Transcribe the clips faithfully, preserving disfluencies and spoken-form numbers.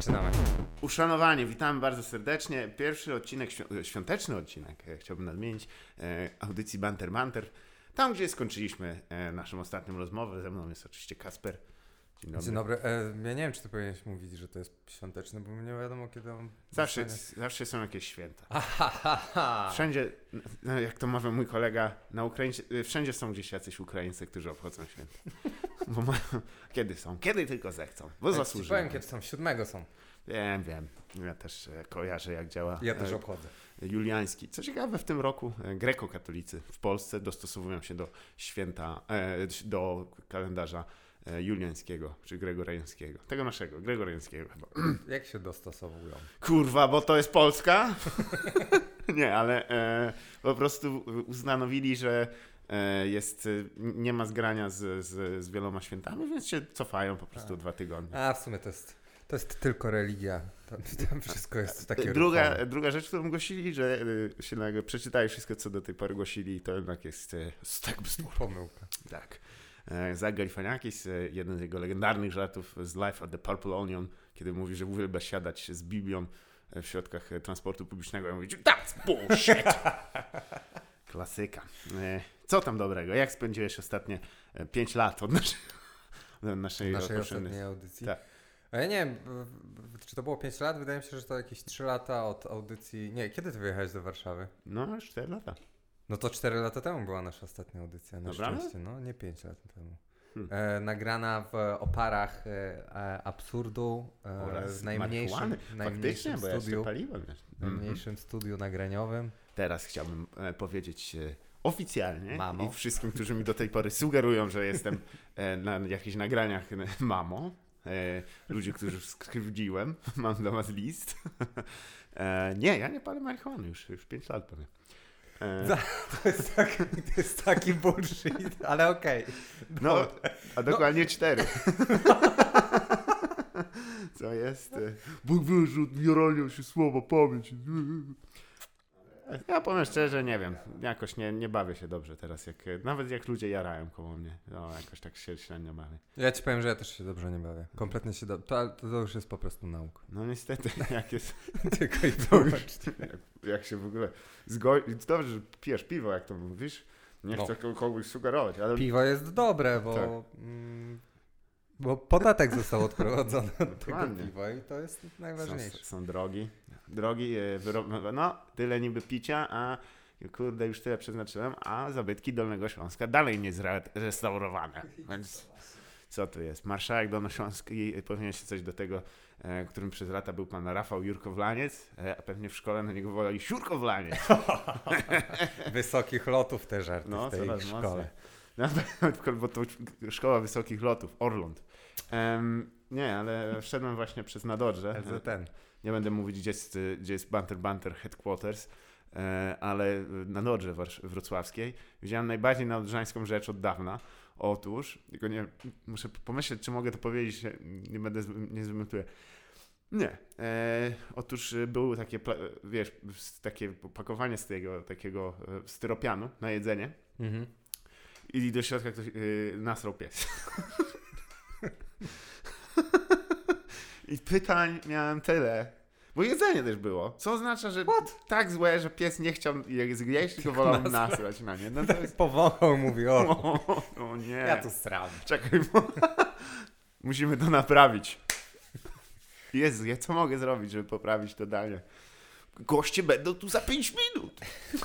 Zaczynamy. Uszanowanie, witamy bardzo serdecznie. Pierwszy odcinek, świąteczny odcinek, chciałbym nadmienić, audycji Banter Banter. Tam, gdzie skończyliśmy naszą ostatnią rozmowę. Ze mną jest oczywiście Kasper. Dzień dobry. Dzień dobry. E, ja nie wiem, czy ty powinieneś mówić, że to jest świąteczne, bo nie wiadomo, kiedy on... Zawsze, zawsze są jakieś święta. Ahahaha. Wszędzie, no, jak to mówił mój kolega, na Ukraińcy, wszędzie są gdzieś jacyś Ukraińcy, którzy obchodzą święta. Bo ma, kiedy są? Kiedy tylko zechcą. Bo ja zasłużyli. Ci powiem, kiedy są. Siódmego są. Wiem, wiem. Ja też kojarzę, jak działa. Ja też obchodzę. Juliański. Co ciekawe, w tym roku grekokatolicy w Polsce dostosowują się do święta, do kalendarza juliańskiego, czy gregoriańskiego. Tego naszego, gregoriańskiego chyba. Jak się dostosowują? Kurwa, bo to jest Polska? Nie, ale e, po prostu ustanowili, że e, jest, nie ma zgrania z, z, z wieloma świętami, więc się cofają po prostu A. dwa tygodnie. A, w sumie to jest, to jest tylko religia. Tam, tam wszystko jest takie druga, druga rzecz, którą głosili, że y, się nagle przeczytali wszystko, co do tej pory głosili, to jednak jest y, tak bzdur. Pomyłka. Tak. Zach Galifianakis, jeden z jego legendarnych żartów z Life at the Purple Onion, kiedy mówi, że uwielbia siadać z Biblią w środkach transportu publicznego i mówić, that's bullshit! Klasyka. Co tam dobrego? Jak spędziłeś ostatnie pięć lat od naszej, od naszej, naszej ostatniej audycji? Tak. A ja nie wiem, czy to było pięć lat? Wydaje mi się, że to jakieś trzy lata od audycji. Nie, kiedy ty wyjechałeś do Warszawy? No, już cztery lata. No to cztery lata temu była nasza ostatnia audycja, na Dobra? szczęście, no nie pięć lat temu. Hmm. E, nagrana w oparach e, absurdu e, w najmniejszym, najmniejszym Faktycznie, studiu, bo ja paliłem. najmniejszym mm-hmm. studiu nagraniowym. Teraz chciałbym e, powiedzieć e, oficjalnie Mamo. i wszystkim, którzy mi do tej pory sugerują, że jestem e, na jakichś nagraniach e, mamą, e, ludzi, których skrzywdziłem, mam dla was list. e, nie, ja nie palę marihuany już, już pięć lat powiem. To jest taki, to jest taki bullshit, ale okej. Okay. No, a dokładnie no. cztery. Co jest? Bóg wie, że odbierania się słowa pamięć. Ja powiem szczerze, nie wiem. Jakoś nie, nie bawię się dobrze teraz. Jak, nawet jak ludzie jarają koło mnie. No, jakoś tak się średnio bawię. Ja ci powiem, że ja też się dobrze nie bawię. Kompletnie się dobrze. To, to już jest po prostu nauka. No niestety, jak jest... Tylko i wyłącznie. Jak, jak się w ogóle zgodzi... Dobrze, że pijesz piwo, jak to mówisz. Nie no. chcę kogoś sugerować, ale... Piwo jest dobre, bo... Tak. Mm, bo podatek został odprowadzony od tego piwa i to jest najważniejsze. Są, są drogi. Drogi, wyro... no tyle niby picia, a kurde już tyle przeznaczyłem, a zabytki Dolnego Śląska dalej nie zrestaurowane. Więc co tu jest? Marszałek Dolnośląski powinien się coś do tego, e, którym przez lata był pan Rafał Jurkowlaniec, e, a pewnie w szkole na niego wolali Siurkowlaniec. Wysokich lotów te żarty no, w tej szkole. No, bo to szkoła wysokich lotów, Orląt. Um, nie, ale wszedłem właśnie przez Nadodrze. L Z N. Nie będę mówić, gdzie jest, gdzie jest Banter Banter Headquarters, e, ale na Nadodrze wrocławskiej widziałem najbardziej nadodrzańską rzecz od dawna. Otóż, tylko nie, muszę pomyśleć, czy mogę to powiedzieć, nie będę, nie zwymentuję. Nie. E, otóż było takie, wiesz, takie pakowanie z tego takiego styropianu na jedzenie. Mhm. I do środka ktoś yy, nasrał pies. I pytań miałem tyle. Bo jedzenie też było. Co oznacza, że What? tak złe, że pies nie chciał je zjeść, tylko wolał nasrać na nie. No to jest... Powąchał, mówi, o, o, o nie. Ja tu stram. Czekaj, bo... musimy to naprawić. Jezu, ja co mogę zrobić, żeby poprawić to danie? Goście będą tu za pięć minut.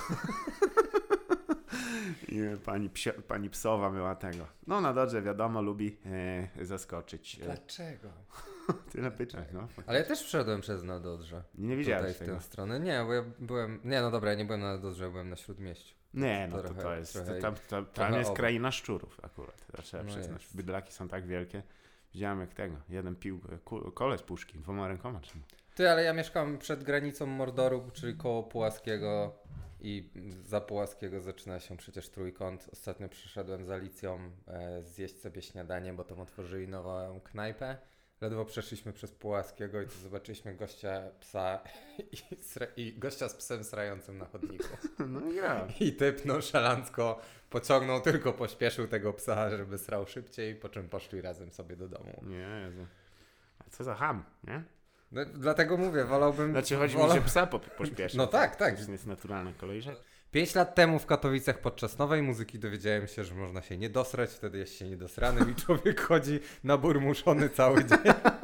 Nie, pani, psia, pani psowa była tego. No na Dodrze wiadomo, lubi e, zaskoczyć. Dlaczego? Tyle pytań, no. Ale ja też wszedłem przez Nadodrze. Nie widziałeś tutaj tego? w tę stronę. Nie, bo ja byłem... Nie, no dobra, ja nie byłem na Nadodrze, byłem na Śródmieściu. Nie, no to, trochę, to jest... To tam to, tam jest kraina szczurów akurat. To trzeba no przyznać. Jest. Bydlaki są tak wielkie. Widziałem jak tego. Jeden pił kole z puszki dwoma rękoma. Czy... Ty, ale ja mieszkam przed granicą Mordoru, czyli koło Pułaskiego. I za Pułaskiego zaczyna się przecież Trójkąt. Ostatnio przyszedłem z Alicją e, zjeść sobie śniadanie, bo tam otworzyli nową knajpę. Ledwo przeszliśmy przez Pułaskiego i tu zobaczyliśmy gościa psa i, sra- i gościa z psem srającym na chodniku. No i gra. I typ nonszalancko pociągnął, tylko pośpieszył tego psa, żeby srał szybciej, po czym poszli razem sobie do domu. Nie, Jezu. A co za ham, nie? No, dlatego mówię, wolałbym... Znaczy chodzi wolał... mi, że psa po, pośpieszyć. No tak, tak. To jest naturalna kolej rzeczy. Pięć lat temu w Katowicach podczas nowej muzyki dowiedziałem się, że można się nie dosrać, wtedy jest się niedosranym i człowiek chodzi naburmuszony cały dzień.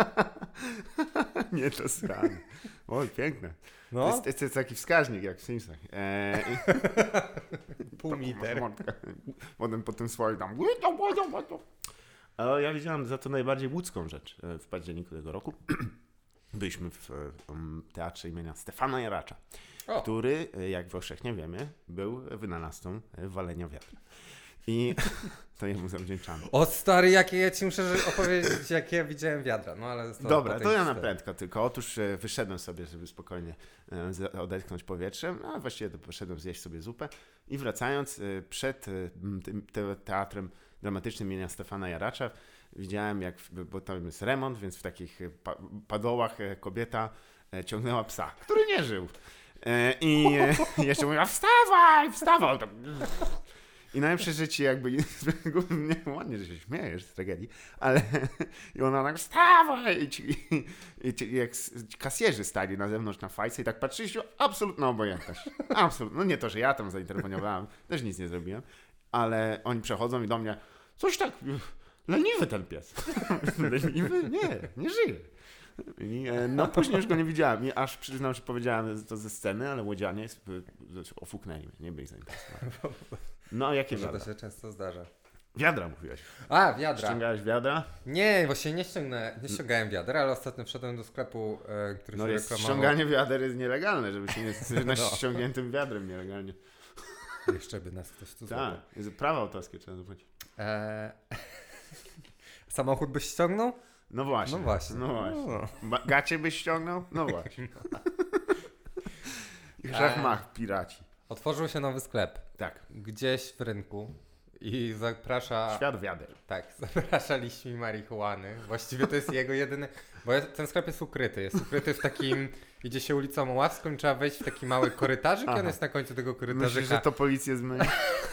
Niedosrany. Oj, piękne. No. To, jest, to jest taki wskaźnik jak w Simsach. Eee, Pół liter. Potem po tym swoim tam... Ale ja widziałem za to najbardziej łódzką rzecz w październiku tego roku. Byliśmy w um, teatrze imienia Stefana Jaracza, o. który, jak powszechnie wiemy, był wynalazcą walenia wiatra. I to jemu zawdzięczamy. O stary, jakie ja ci muszę opowiedzieć, jakie ja widziałem wiadra. No, ale to Dobra, to ja na prędko tylko. Otóż e, wyszedłem sobie, żeby spokojnie e, odetchnąć powietrzem, a właściwie to poszedłem zjeść sobie zupę i wracając e, przed e, tym te, teatrem dramatycznym imienia Stefana Jaracza widziałem, jak, bo tam jest remont, więc w takich pa, padołach e, kobieta e, ciągnęła psa, który nie żył. E, I e, jeszcze mówiła, wstawaj, wstawaj. I najlepsze rzeczy jakby, nie ładnie, że się śmiejesz z tragedii, ale i ona tak wstawaj i, ci, i, ci, jak kasjerzy stali na zewnątrz na fajce i tak patrzyli się, absolutna obojętność. Absolutnie. No nie to, że ja tam zainterweniowałem, też nic nie zrobiłem, ale oni przechodzą i do mnie, coś tak, leniwy ten pies. Leniwy? Nie, nie żyje. I, no później już go nie widziałem i aż przyznam, że powiedziałem to ze sceny, ale łodzianie ofuknęli mnie, nie byli zainteresowani. No, jakie wiadra? To się często zdarza. Wiadra mówiłeś. A, wiadra. Ściągałeś wiadra? Nie, właśnie nie, ściągnę, nie ściągałem wiadra, ale ostatnio wszedłem do sklepu, e, który no się jest reklamował. Ściąganie wiader jest nielegalne, żeby się nie no. ściągniętym wiadrem nielegalnie. Jeszcze by nas ktoś tu złapał. Tak, prawa autorskie trzeba zapłacić. Eee... Samochód byś ściągnął? No właśnie. No właśnie. No właśnie. No. Gacie byś ściągnął? No właśnie. I szachmach piraci. Otworzył się nowy sklep. Tak. Gdzieś w rynku i zaprasza... Świat wiader. Tak, zaprasza liśćmi marihuany. Właściwie to jest jego jedyny... Bo ten sklep jest ukryty. Jest ukryty w takim... Idzie się ulicą Oławską i trzeba wejść w taki mały korytarzyk i on jest na końcu tego korytarzyka. Myślisz, że to policję zmyli?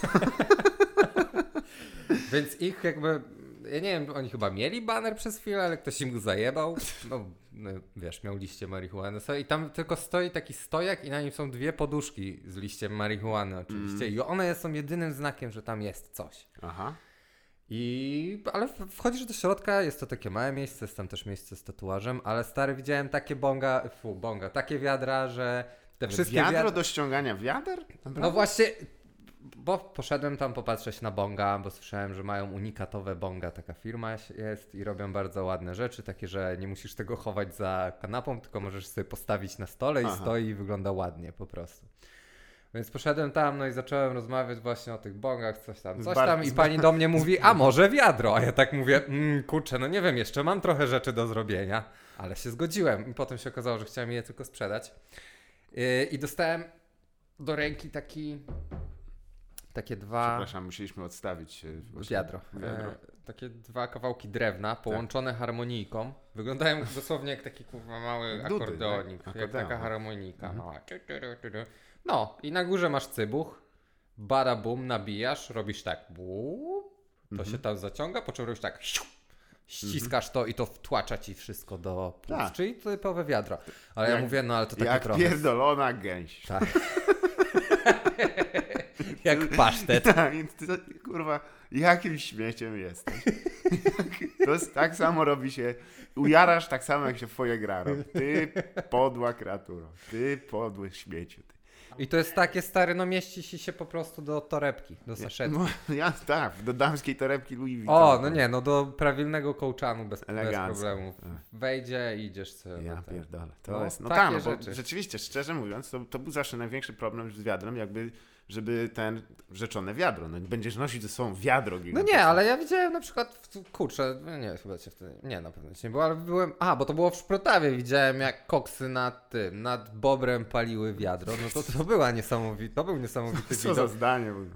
Więc ich jakby... Ja nie wiem, oni chyba mieli baner przez chwilę, ale ktoś im go zajebał. No, no wiesz, miał liście marihuany. I tam tylko stoi taki stojak i na nim są dwie poduszki z liściem marihuany oczywiście. Mm. I one są jedynym znakiem, że tam jest coś. Aha. I... Ale wchodzisz do środka, jest to takie małe miejsce, jest tam też miejsce z tatuażem, ale stary, widziałem takie bonga, fu, bonga, takie wiadra, że te wszystkie wiadro wiadra... do ściągania wiader? Naprawdę? No właśnie... Bo poszedłem tam popatrzeć na bonga, bo słyszałem, że mają unikatowe bonga, taka firma jest i robią bardzo ładne rzeczy, takie, że nie musisz tego chować za kanapą, tylko możesz sobie postawić na stole i Aha. stoi i wygląda ładnie po prostu. Więc poszedłem tam, no i zacząłem rozmawiać właśnie o tych bongach, coś tam, coś tam i pani do mnie mówi, a może wiadro, a ja tak mówię, mmm, kurczę, no nie wiem, jeszcze mam trochę rzeczy do zrobienia, ale się zgodziłem i potem się okazało, że chciałem je tylko sprzedać yy, i dostałem do ręki taki... Takie dwa... Przepraszam, musieliśmy odstawić... Wiadro. wiadro. E, takie dwa kawałki drewna połączone tak. harmonijką. Wyglądają dosłownie jak taki kurwa mały Dudy, akordeonik. Jak, jak taka harmonika. Mhm. No i na górze masz cybuch. Bada bum, nabijasz, robisz tak. Bum, to mhm. się tam zaciąga, po czym robisz tak. Ściskasz mhm. to i to wtłacza ci wszystko do płuc. Tak. Czyli typowe wiadro. Ale jak, ja mówię, no ale to takie jak trochę... Jak pierdolona gęś. Tak. Jak pasztet. Tak, to, kurwa, jakim śmieciem jesteś? To jest, tak samo robi się, ujarasz tak samo jak się foje gra. Ty podła kreaturo, ty podły śmieciu. Ty. I to jest takie stare, no mieści się po prostu do torebki, do saszetki. No, ja, tak, do damskiej torebki Louis Vuitton. O, no nie, no do prawilnego kołczanu bez, bez problemu. Wejdzie i idziesz sobie. Ja pierdolę. To no, jest, no tak, no, bo rzeczywiście, szczerze mówiąc, to, to był zawsze największy problem z wiadrem, jakby żeby ten rzeczone wiadro, no będziesz nosić ze sobą wiadro gigantyczne. No nie, ale ja widziałem na przykład, kurczę, nie, chyba cię wtedy, nie, na pewno cię nie było, ale byłem, a, bo to było w Szprotawie, widziałem jak koksy nad tym, nad Bobrem paliły wiadro, no to to była niesamowita, to był niesamowity Co widok. Co za zdanie w ogóle.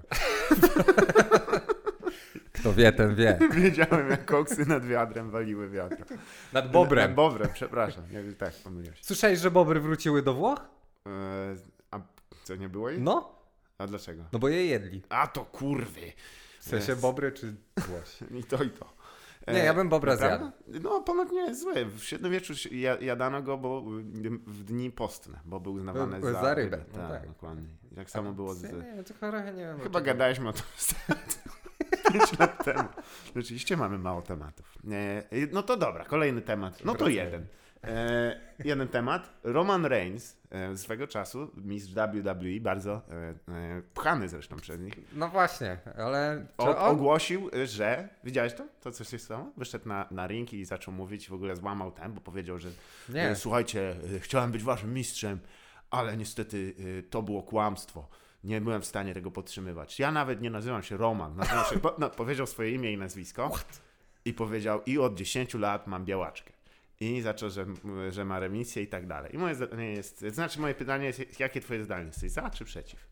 Kto wie, ten wie. Wiedziałem, jak koksy nad wiadrem waliły wiadro. Nad Bobrem. Nad Bobrem, przepraszam, ja, tak, pomyliłem się. Słyszałeś, że Bobry wróciły do Włoch? Eee, a co, nie było jej? No. A dlaczego? No bo je jedli. A to kurwy. W sensie bobry czy Włosi? I to i to. Nie, ja bym bobra zjadł. No, ponoć nie jest zły. W średniowieczu jadano go bo w dni postne, bo był uznawany Był, za, za rybę. Tak, No tak. dokładnie. I tak samo było z... Nie, nie, to chorąchę nie wiem. Chyba gadaliśmy o tym pięć lat temu. Rzeczywiście mamy mało tematów. No to dobra, kolejny temat. No to jeden. E, jeden temat. Roman Reigns, e, swego czasu mistrz W W E, bardzo e, e, pchany zresztą przez nich. No właśnie, ale... O, on... Ogłosił, że... Widziałeś to? To coś się stało? Wyszedł na, na ring i zaczął mówić, w ogóle złamał ten, bo powiedział, że e, słuchajcie, e, chciałem być waszym mistrzem, ale niestety e, to było kłamstwo. Nie byłem w stanie tego podtrzymywać. Ja nawet nie nazywam się Roman. Nazywam się, po, no, powiedział swoje imię i nazwisko. What? I powiedział, i od dziesięciu lat mam białaczkę. I zaczął, że, że ma remisję i tak dalej. I moje zdanie jest, znaczy moje pytanie jest, jakie twoje zdanie? Jesteś za czy przeciw?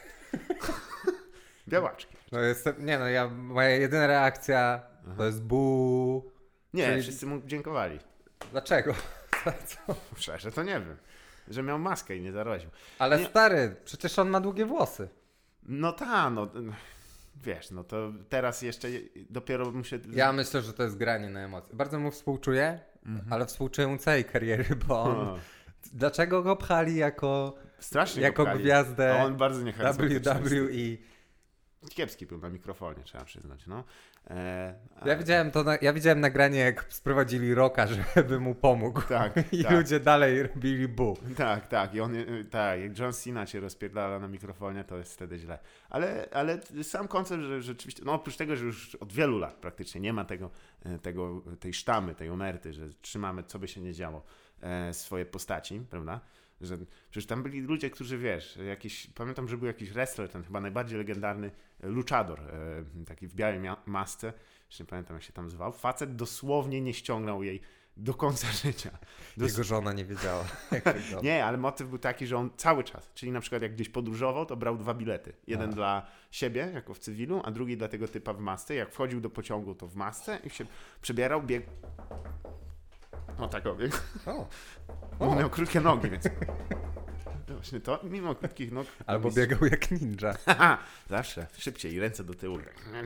Białaczki. No jestem, nie no, ja, moja jedyna reakcja Aha. to jest buu. Nie, czyli... wszyscy mu dziękowali. Dlaczego? Co? Szczerze to nie wiem. Że miał maskę i nie zaraził. Ale nie... stary, przecież on ma długie włosy. No tak, no wiesz, no to teraz jeszcze dopiero muszę... Ja myślę, że to jest granie na emocje. Bardzo mu współczuję, mhm. ale współczuję mu całej kariery, bo on... O. Dlaczego go pchali jako, Strasznie jako pchali. gwiazdę A on bardzo nie W W E? Kiepski był na mikrofonie, trzeba przyznać, no. E, ale... ja, widziałem to na, ja widziałem nagranie, jak sprowadzili Rocka, żeby mu pomógł. Tak, I tak. ludzie dalej robili bu. Tak, tak. I on, tak, jak John Cena cię rozpierdala na mikrofonie, to jest wtedy źle. Ale, ale sam koncept, że rzeczywiście, no oprócz tego, że już od wielu lat praktycznie nie ma tego, tego tej sztamy, tej omerty, że trzymamy, co by się nie działo, e, swoje postaci, prawda? Że przecież tam byli ludzie, którzy wiesz, jakiś, pamiętam, że był jakiś wrestler, ten chyba najbardziej legendarny luchador, e, taki w białej mia- masce, już nie pamiętam jak się tam zwał, facet dosłownie nie ściągnął jej do końca życia. Dos- Jego żona nie wiedziała. Nie, ale motyw był taki, że on cały czas, czyli na przykład jak gdzieś podróżował, to brał dwa bilety. Jeden a. dla siebie, jako w cywilu, a drugi dla tego typa w masce. Jak wchodził do pociągu, to w masce i się przebierał, biegł. O tak obiegł. O. On miał krótkie nogi, więc... Właśnie to, mimo krótkich nóg... Albo jest... biegał jak ninja. Zawsze, szybciej, ręce do tyłu.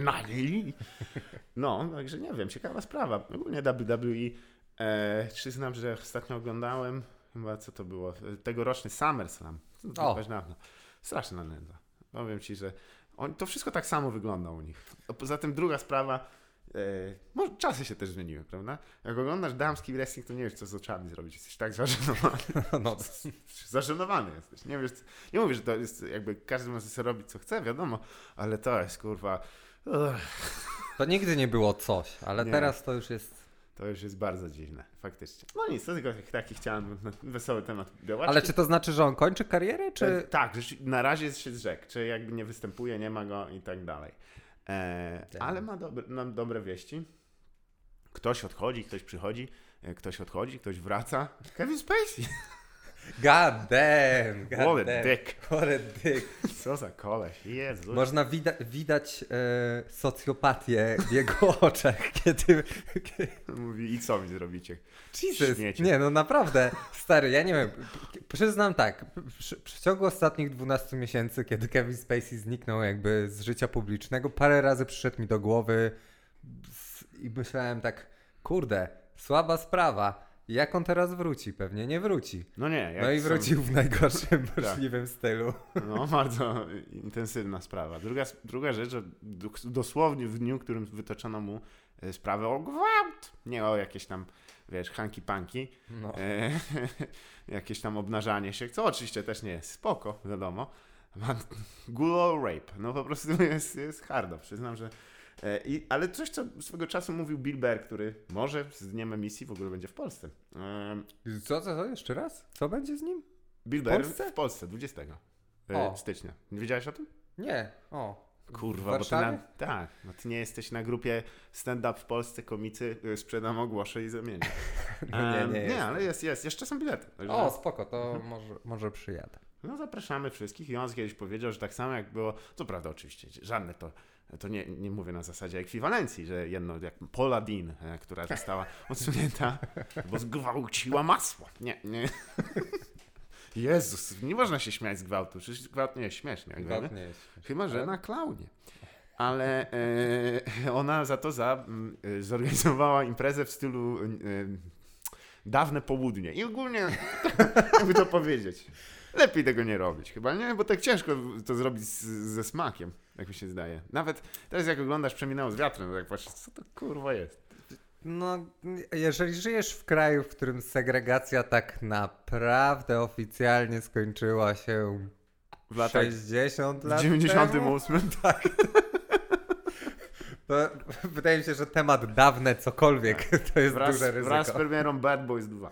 No, także nie wiem, ciekawa sprawa. Ogólnie W W E, e, przyznam, że ostatnio oglądałem, chyba co to było, tegoroczny SummerSlam. To dawno. Straszna nędza. Powiem ci, że on, to wszystko tak samo wygląda u nich. A poza tym druga sprawa, E, może czasy się też zmieniły, prawda? Jak oglądasz damski wrestling, to nie wiesz, co z oczami zrobić. Jesteś tak zażenowany. No, zażenowany jesteś. Nie wiesz, nie mówię, że to jest jakby każdy może sobie robić, co chce, wiadomo, ale to jest, kurwa... Uch. To nigdy nie było coś, ale nie. Teraz to już jest... To już jest bardzo dziwne, faktycznie. No nic, to tylko taki chciałem, wesoły temat białaczki. Ale czy to znaczy, że on kończy karierę, czy... E, tak, na razie się zrzekł, czy jakby nie występuje, nie ma go i tak dalej. E, ale ma dobre, no, dobre wieści. Ktoś odchodzi, ktoś przychodzi, ktoś odchodzi, ktoś wraca. Kevin Spacey. God damn. God What a damn. dick. What a dick. Co za koleś. Jezu. Można wida- widać e, socjopatię w jego oczach, kiedy... Mówi, i co mi zrobicie? Jesus. Nie, no naprawdę. Stary, ja nie wiem. Przyznam tak. W ciągu ostatnich dwunastu miesięcy, kiedy Kevin Spacey zniknął jakby z życia publicznego, parę razy przyszedł mi do głowy i myślałem tak, kurde, słaba sprawa. Jak on teraz wróci? Pewnie nie wróci. No nie. Jak no i wrócił są... w najgorszym możliwym stylu. No, bardzo intensywna sprawa. Druga, druga rzecz, że dosłownie w dniu, w którym wytoczono mu sprawę o gwałt, nie o jakieś tam, wiesz, hanki-panki, no. e, jakieś tam obnażanie się, co oczywiście też nie jest spoko, wiadomo. Gulo rape. No po prostu jest, jest hardo. Przyznam, że I, ale coś, co swego czasu mówił Bill Bear, który może z dniem emisji w ogóle będzie w Polsce. Um, co, co, co? Jeszcze raz? Co będzie z nim? Bill Bear w Polsce, w Polsce dwudziestego o. stycznia. Nie wiedziałeś o tym? Nie. O. Kurwa, bo ty, na, tak, no ty nie jesteś na grupie stand-up w Polsce, komicy, sprzedam, ogłoszę i zamienię. No nie, nie, um, nie, ale jest, jest. Jeszcze są bilety. Także... O, spoko, to mhm. może, może przyjadę. No zapraszamy wszystkich i on kiedyś powiedział, że tak samo jak było, co prawda oczywiście, żadne to To nie, nie mówię na zasadzie ekwiwalencji, że jedno jak Paula Deen, która została odsunięta, bo zgwałciła masło. Nie, nie. Jezus, nie można się śmiać z gwałtu. Przecież gwałt nie jest śmieszny. Jak gwałt wiemy. nie jest śmieszny. Chyba, że na klaunie. ale e, ona za to za, e, zorganizowała imprezę w stylu e, dawne południe. I ogólnie, jakby to powiedzieć, lepiej tego nie robić chyba, nie? Bo tak ciężko to zrobić z, ze smakiem, jak mi się zdaje. Nawet teraz jak oglądasz Przeminęło z wiatrem, to jak patrzysz, co to kurwa jest. No, jeżeli żyjesz w kraju, w którym segregacja tak naprawdę oficjalnie skończyła się w latach sześćdziesiąt lat w dziewięćdziesiątym ósmym temu, tak. To wydaje mi się, że temat dawne cokolwiek tak. to jest wraz, duże ryzyko. Wraz z premierą Bad Boys dwa.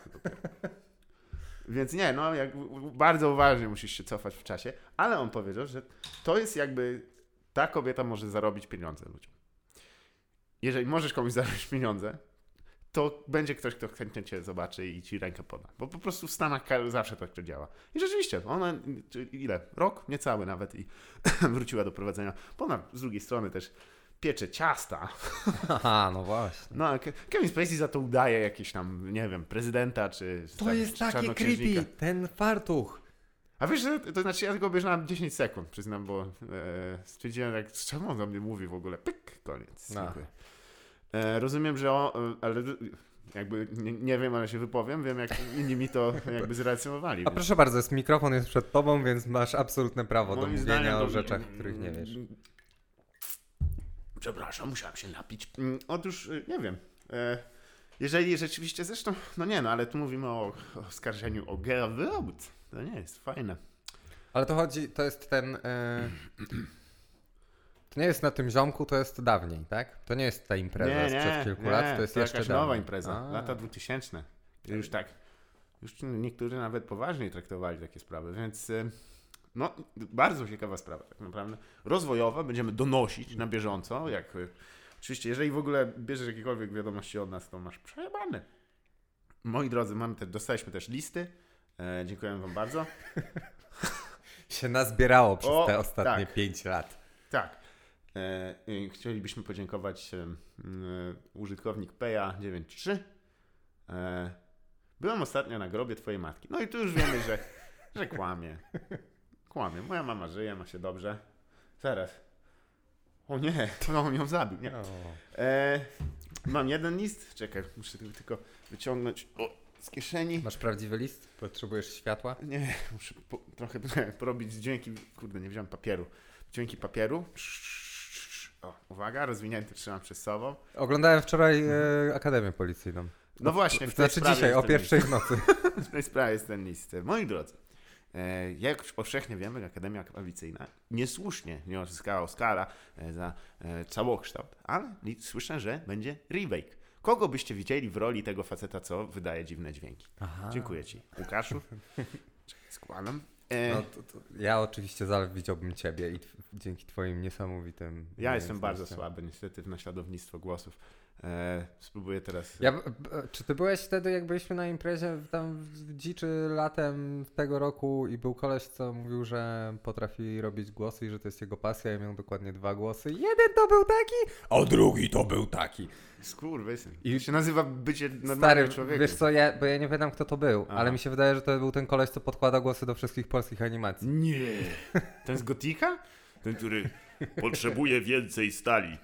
Więc nie, no jak, bardzo uważnie musisz się cofać w czasie, ale on powiedział, że to jest jakby, ta kobieta może zarobić pieniądze ludziom. Jeżeli możesz komuś zarobić pieniądze, to będzie ktoś, kto chętnie cię zobaczy i ci rękę poda. Bo po prostu w Stanach zawsze tak to działa. I rzeczywiście, ona, ile? Rok? Niecały nawet i wróciła do prowadzenia. Bo ona z drugiej strony też piecze ciasta. Aha, no właśnie. No, Kevin Spacey za to udaje jakieś tam, nie wiem, prezydenta czy To tam, jest takie creepy, ten fartuch. A wiesz, że to znaczy ja tylko obejrzałem dziesięć sekund, przyznam, bo e, stwierdziłem, jak, czemu on do mnie mówi w ogóle. Pyk, koniec. No. E, rozumiem, że on, ale jakby nie, nie wiem, ale się wypowiem, wiem jak inni mi to jakby zrelacjonowali. A więc... proszę bardzo, jest mikrofon jest przed tobą, więc masz absolutne prawo Moim do mówienia o to... rzeczach, których nie wiesz. Przepraszam, musiałem się napić. Otóż, nie wiem, e, jeżeli rzeczywiście, zresztą, no nie no, ale tu mówimy o, o oskarżeniu o gewalt. To nie jest fajne. Ale to chodzi, to jest ten... Yy... To nie jest na tym ziomku, to jest dawniej, tak? To nie jest ta impreza nie, nie, sprzed kilku nie, lat, to jest to jeszcze jakaś dawniej. nowa impreza, A. lata dwutysięczne. Już tak, już niektórzy nawet poważniej traktowali takie sprawy, więc no, bardzo ciekawa sprawa tak naprawdę. Rozwojowa, będziemy donosić na bieżąco, jak oczywiście, jeżeli w ogóle bierzesz jakiekolwiek wiadomości od nas, to masz przejebane. Moi drodzy, mamy te, dostaliśmy też listy, e, dziękujemy wam bardzo. się nazbierało przez o, te ostatnie tak. pięć lat. Tak. E, chcielibyśmy podziękować e, użytkownik Peja dziewięćdziesiąt trzy. E, byłem ostatnio na grobie twojej matki. No i tu już wiemy, że, że kłamie. Kłamie. Moja mama żyje, ma się dobrze. Zaraz. O nie, to on ją zabił. Nie. E, mam jeden list. Czekaj, muszę tylko wyciągnąć o, z kieszeni. Masz prawdziwy list? Potrzebujesz światła? Nie, muszę po, trochę porobić dźwięki. Kurde, nie wziąłem papieru. Dźwięki papieru. O, uwaga, rozwinięty trzymam przed sobą. Oglądałem wczoraj e, Akademię Policyjną. No właśnie. W znaczy dzisiaj, o pierwszej w nocy. W tej sprawie jest ten list. Moi drodzy, e, jak powszechnie wiemy, Akademia Policyjna niesłusznie nie uzyskała Oscara e, za e, całokształt, ale słyszę, że będzie remake. Kogo byście widzieli w roli tego faceta, co wydaje dziwne dźwięki? Aha. Dziękuję ci, Łukaszu. Czekaj, składam. No, to, to ja oczywiście widziałbym ciebie i tw- dzięki twoim niesamowitym... Ja jestem bardzo słaby niestety w naśladownictwo głosów. E, spróbuję teraz... Ja, b- czy ty byłeś wtedy, jak byliśmy na imprezie tam w Dziczy latem tego roku i był koleś, co mówił, że potrafi robić głosy i że to jest jego pasja i miał dokładnie dwa głosy. Jeden to był taki, a drugi to był taki. Skurwysyn. I się nazywa bycie normalnym Stary, człowiekiem. Wiesz co, ja, bo ja nie pamiętam kto to był, Aha. ale mi się wydaje, że to był ten koleś, co podkłada głosy do wszystkich polskich animacji. Nie. Ten z Gotika? Ten, który potrzebuje więcej stali.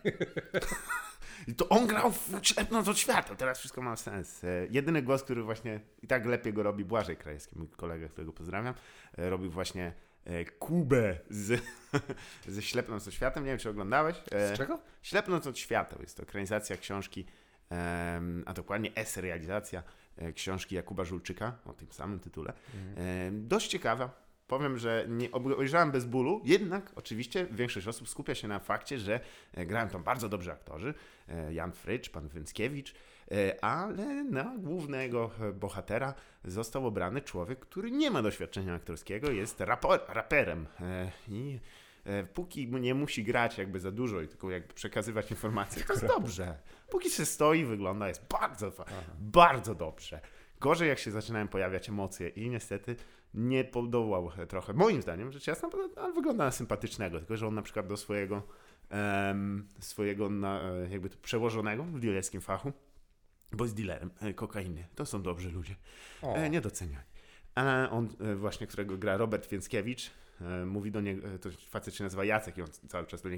I to on grał w Ślepnąc od świata. Teraz wszystko ma sens. E, jedyny głos, który właśnie i tak lepiej go robi Błażej Krajewski, mój kolega, którego pozdrawiam, e, robił właśnie e, Kubę z, ze Ślepnąc od światem. Nie wiem, czy oglądałeś. E, z czego? Ślepnąc od świateł. Jest to ekranizacja książki, e, a dokładnie eserializacja e, książki Jakuba Żulczyka o tym samym tytule. E, dość ciekawa. Powiem, że nie obejrzałem bez bólu, jednak oczywiście większość osób skupia się na fakcie, że grają tam bardzo dobrzy aktorzy, Jan Frycz, pan Więckiewicz, ale na głównego bohatera został obrany człowiek, który nie ma doświadczenia aktorskiego, jest rapo- raperem i póki nie musi grać jakby za dużo i tylko jakby przekazywać informacje, to jest dobrze. Póki się stoi, wygląda, jest bardzo, bardzo dobrze. Gorzej jak się zaczynają pojawiać emocje i niestety nie podołał trochę, moim zdaniem, rzecz jasna, ale wygląda na sympatycznego, tylko że on na przykład do swojego um, swojego na, jakby to przełożonego w dealerskim fachu, bo jest dealerem e, kokainy, to są dobrzy ludzie, e, niedoceniani. A on e, właśnie, którego gra Robert Więckiewicz, e, mówi do niego, to facet się nazywa Jacek i on cały czas do niego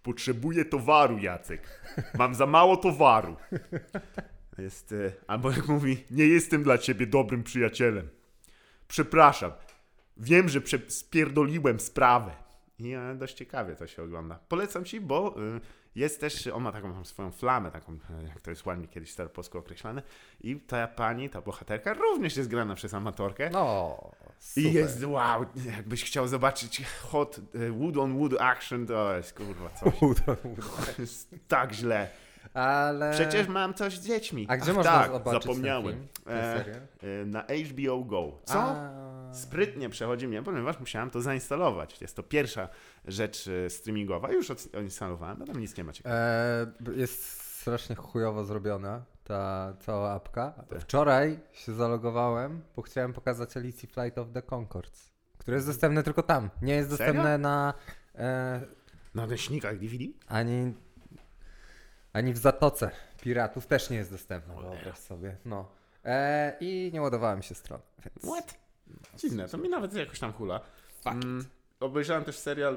Potrzebuję towaru, Jacek. Mam za mało towaru. Jest, e, albo jak mówi, nie jestem dla ciebie dobrym przyjacielem. Przepraszam. Wiem, że prze- spierdoliłem sprawę. I e, dość ciekawie to się ogląda. Polecam ci, bo e, jest też, on ma taką swoją flamę, taką, e, jak to jest ładnie kiedyś staropolsko określane. I ta pani, ta bohaterka również jest grana przez amatorkę. No, super. I jest, wow, jakbyś chciał zobaczyć hot e, wood on wood action, to jest kurwa coś. To jest tak źle. Ale... Przecież mam coś z dziećmi. A gdzie Ach, można tak, zobaczyć zapomniałem. ten film, ten E, serial? e, na H B O Go. Co? A... Sprytnie przechodzi mnie, ponieważ musiałem to zainstalować. Jest to pierwsza rzecz e, streamingowa. Już odinstalowałem, bo tam nic nie ma ciekawego. E, jest strasznie chujowo zrobiona ta cała apka. Wczoraj się zalogowałem, bo chciałem pokazać Alicji Flight of the Conchords, które jest dostępne tylko tam. Nie jest dostępne Serio? na... E, Na nośnikach D V D? ani, ani w Zatoce Piratów też nie jest dostępne, Cholera. wyobraź sobie. No. E, I nie ładowałem się stron. Więc... What? Dziwne, to mi nawet jakoś tam hula. Fuck Mm, it. obejrzałem też serial...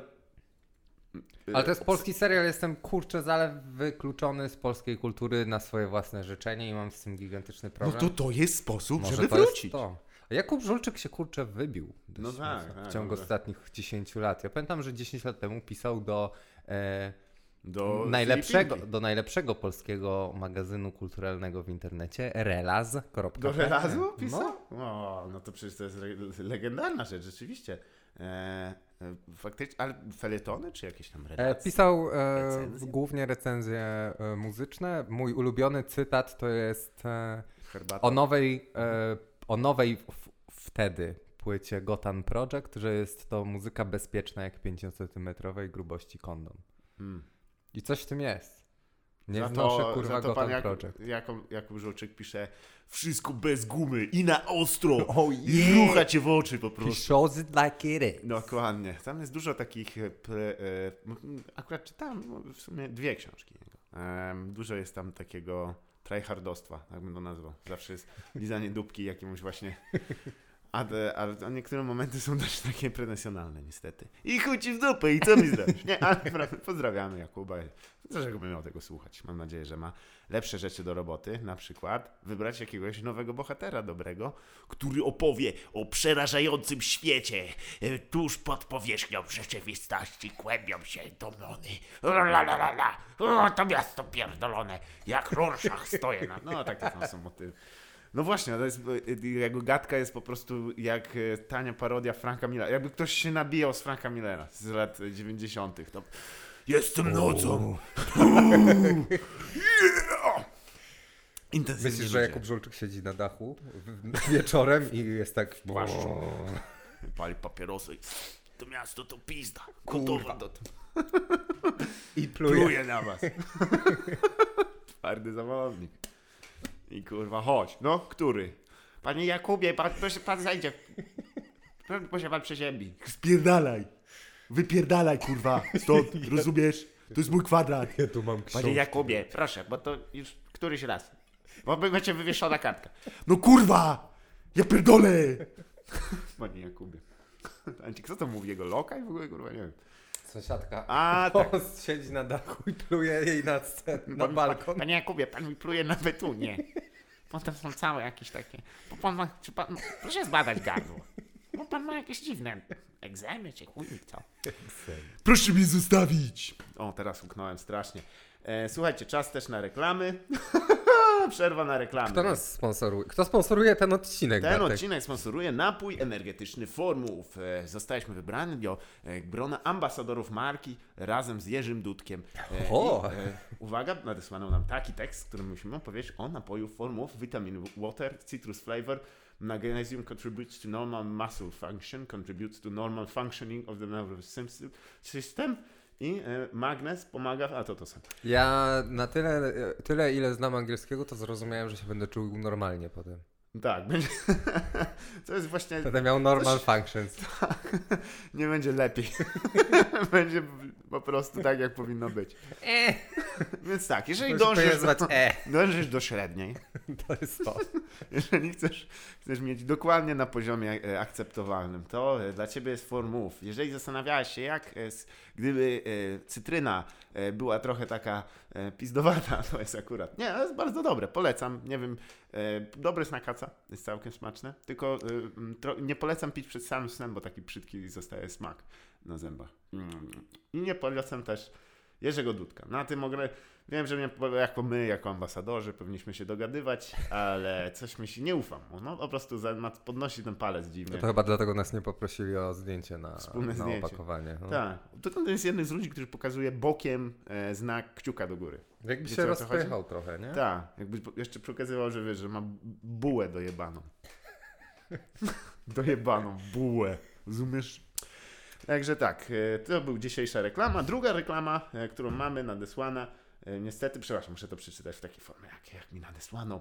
Ale to jest polski serial, jestem kurczę zalew wykluczony z polskiej kultury na swoje własne życzenie i mam z tym gigantyczny No problem. to to jest sposób, Może żeby to wrócić. jest to. A Jakub Żulczyk się kurczę wybił No dość tak, mocno tak, w ciągu no. ostatnich dziesięciu lat. Ja pamiętam, że dziesięć lat temu pisał do, e, Do najlepszego, Filipinki. do najlepszego polskiego magazynu kulturalnego w internecie, relaz kropka p l. Do żelazu pisał? No. O, no to przecież to jest re- legendarna rzecz, rzeczywiście. E, e, faktycznie, ale felietony czy jakieś tam E, relacje? pisał e, Recenzje? głównie recenzje e, muzyczne. Mój ulubiony cytat to jest e, Herbata? o nowej, e, o nowej w, wtedy płycie Gotan Project, że jest to muzyka bezpieczna jak pięciocentymetrowej grubości kondom. Hmm. I coś w tym jest. Nie Za znoszę to- kurwa za to Gotan pan Jakub, Project. Jakub, Jakub Żulczyk pisze wszystko bez gumy i na ostro Oh, i yeah. rucha cię w oczy po He prostu. shows it like it is. Dokładnie. Tam jest dużo takich, e, pre, e, m, akurat czytałem no, w sumie dwie książki jego. Em, dużo jest tam takiego tryhardostwa, tak bym to nazwał. Zawsze jest lizanie dupki jakiemuś właśnie... A, te, a, a niektóre momenty są też takie pretensjonalne niestety. I chuj ci w dupę i co mi zrobisz? Nie, ale prawda, pozdrawiamy Jakuba. Dlaczego bym miał tego słuchać? Mam nadzieję, że ma lepsze rzeczy do roboty. Na przykład wybrać jakiegoś nowego bohatera dobrego, który opowie o przerażającym świecie. E, Tuż pod powierzchnią rzeczywistości kłębią się demony. La, la, la, la, la. O, to miasto pierdolone. Jak Rorschach stoję na... No takie tam są motywy. No właśnie, to jest, jego gadka jest po prostu jak e, tania parodia Franka Millera. Jakby ktoś się nabijał z Franka Millera z lat dziewięćdziesiątych. To jestem nocą. Yeah! Intensywnie Myślisz, że życie. Jakub Żulczyk siedzi na dachu w- wieczorem i jest tak... Płaszczu. Pali papierosy. To miasto to pizda. Kurwa. Gotowe do... I pluje. Pluję na was. Twardy zawodnik. I kurwa, chodź. No, który? Panie Jakubie, pan, proszę, pan zajdzie. Proszę pan przeziębi. Spierdalaj. Wypierdalaj, kurwa. Stąd, rozumiesz? To jest mój kwadrat. Ja tu mam Panie Jakubie, proszę, bo to już któryś raz. Bo będzie wywieszona kartka. No kurwa! Ja pierdolę! Panie Jakubie. Kto to mówi? Jego lokaj? W ogóle, kurwa, nie wiem. Sąsiadka. A, tak. Post siedzi na dachu i pluje jej na scenę, na Pan- balkon. Panie Jakubie, pan mi pluje na betonie. Potem są całe jakieś takie... Bo pan ma, czy pan, proszę zbadać gardło. Bo pan ma jakieś dziwne egzemy, czy chuj, co? Proszę mnie zostawić. O, teraz uknąłem strasznie. E, słuchajcie, czas też na reklamy. Przerwa na reklamy. Kto nas sponsoruje? Kto sponsoruje ten odcinek, Ten Bartek? odcinek sponsoruje napój energetyczny Formów. E, Zostaliśmy wybrani do e, grona ambasadorów marki razem z Jerzym Dudkiem. E, O! I, e, uwaga, nadesłano nam taki tekst, w którym musimy opowiedzieć o napoju Formów. Vitamin Water, Citrus Flavor. Magnesium contributes to normal muscle function, contributes to normal functioning of the nervous system. I e, magnez pomaga, a to to samo. Ja na tyle, tyle, ile znam angielskiego, to zrozumiałem, że się będę czuł normalnie potem. Tak, będzie. To jest właśnie. Będę miał normal Coś- functions. Nie będzie lepiej. Będzie po prostu tak, jak powinno być. Eh. Więc tak, jeżeli Muszę dążysz nazwać do, E. dążysz do średniej, To jest to. jeżeli chcesz, chcesz mieć dokładnie na poziomie e, akceptowalnym, to e, dla ciebie jest four move. Jeżeli zastanawiałeś się, jak e, s- gdyby e, cytryna e, była trochę taka e, pizdowata, to jest akurat. Nie, to jest bardzo dobre, polecam. Nie wiem, e, dobre snakaca, jest całkiem smaczne, tylko e, m, tro, nie polecam pić przed samym snem, bo taki brzydki zostaje smak na zębach. Mm. I nie polecam też Jerzego Dudka. Na tym mogę... Wiem, że mnie, jako my, jako ambasadorzy, powinniśmy się dogadywać, ale coś mi się nie ufam. No po prostu za, ma, podnosi ten palec dziwnie. No to chyba dlatego nas nie poprosili o zdjęcie na, Wspólne na zdjęcie. opakowanie. No. Tak. To, to jest jeden z ludzi, który pokazuje bokiem e, znak kciuka do góry. Jakby Wiecie, się o co chodzi? rozpychał trochę, nie? Tak. Jakby po- jeszcze pokazywał, że wiesz, że ma bułę dojebaną. dojebaną bułę. Rozumiesz? Także tak, e, to był dzisiejsza reklama. Druga reklama, e, którą mamy nadesłana. E, niestety, przepraszam, muszę to przeczytać w takiej formie, jak, jak mi nadesłano.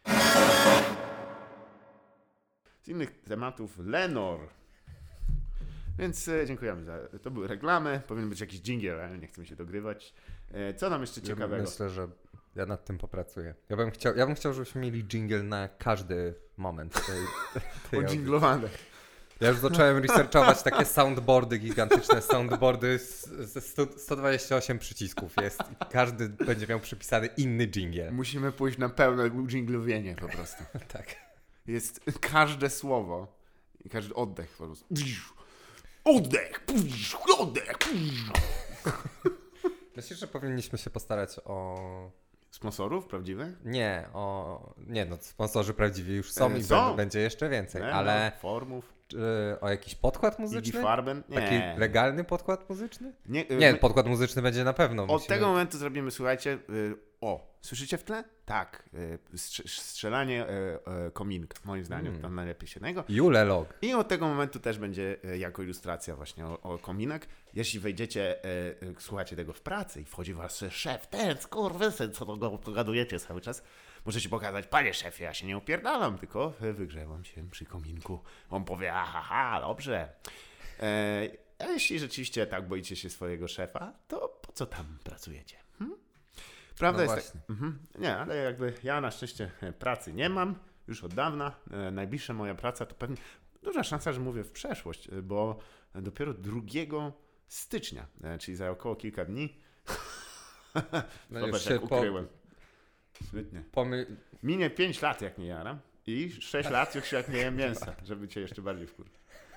Z innych tematów Lenor. Więc e, dziękujemy za... To były reklamy. Powinien być jakiś dżingiel, ale nie chcę mi się dogrywać. E, co nam jeszcze Ja ciekawego? myślę, że ja nad tym popracuję. Ja bym chciał, ja bym chciał żebyśmy mieli dżingiel na każdy moment tej, tej audycji. Odżinglowane. Ja już zacząłem researchować takie soundboardy, gigantyczne soundboardy z, ze sto, sto dwadzieścia osiem przycisków jest. I każdy będzie miał przypisany inny dżingiel. Musimy pójść na pełne udżinglowienie po prostu. Tak. Jest każde słowo i każdy oddech po prostu. Oddech! Oddech! Myślisz, że powinniśmy się postarać o... Sponsorów prawdziwych? Nie, o... Nie, no sponsorzy prawdziwi już są E, i są. będą- będzie jeszcze więcej, Nie, ale no, formów. y, o jakiś podkład Iggy muzyczny? Farben? Taki Nie. legalny podkład muzyczny? Nie, y, Nie, my- podkład muzyczny będzie na pewno. Od Musimy... tego momentu zrobimy, słuchajcie, y, o, słyszycie w tle? Tak, y, strze- strzelanie y, y, kominka, moim zdaniem, Mm. tam najlepiej się tego. Jule log. I od tego momentu też będzie y, jako ilustracja właśnie o, o kominek. Jeśli wejdziecie, y, y, słuchacie tego w pracy i wchodzi wasz szef, ten skurwysyn, co to go pogadujecie cały czas, możecie pokazać, panie szefie, ja się nie opierdalam, tylko y, wygrzewam się przy kominku. On powie, aha, ha, dobrze. E, a jeśli rzeczywiście tak boicie się swojego szefa, to po co tam pracujecie? Hm? Prawda No jest właśnie. tak. Mhm. Nie, ale jakby ja na szczęście e, pracy nie mam już od dawna. E, najbliższa moja praca to pewnie duża szansa, że mówię w przeszłość, e, bo dopiero drugiego stycznia, e, czyli za około kilka dni. No już Zobacz, się jak po- ukryłem. Świetnie. Pomy... Minie pięć lat jak nie jaram i sześć lat już jak nie jem mięsa, żeby cię jeszcze bardziej wkurzyć.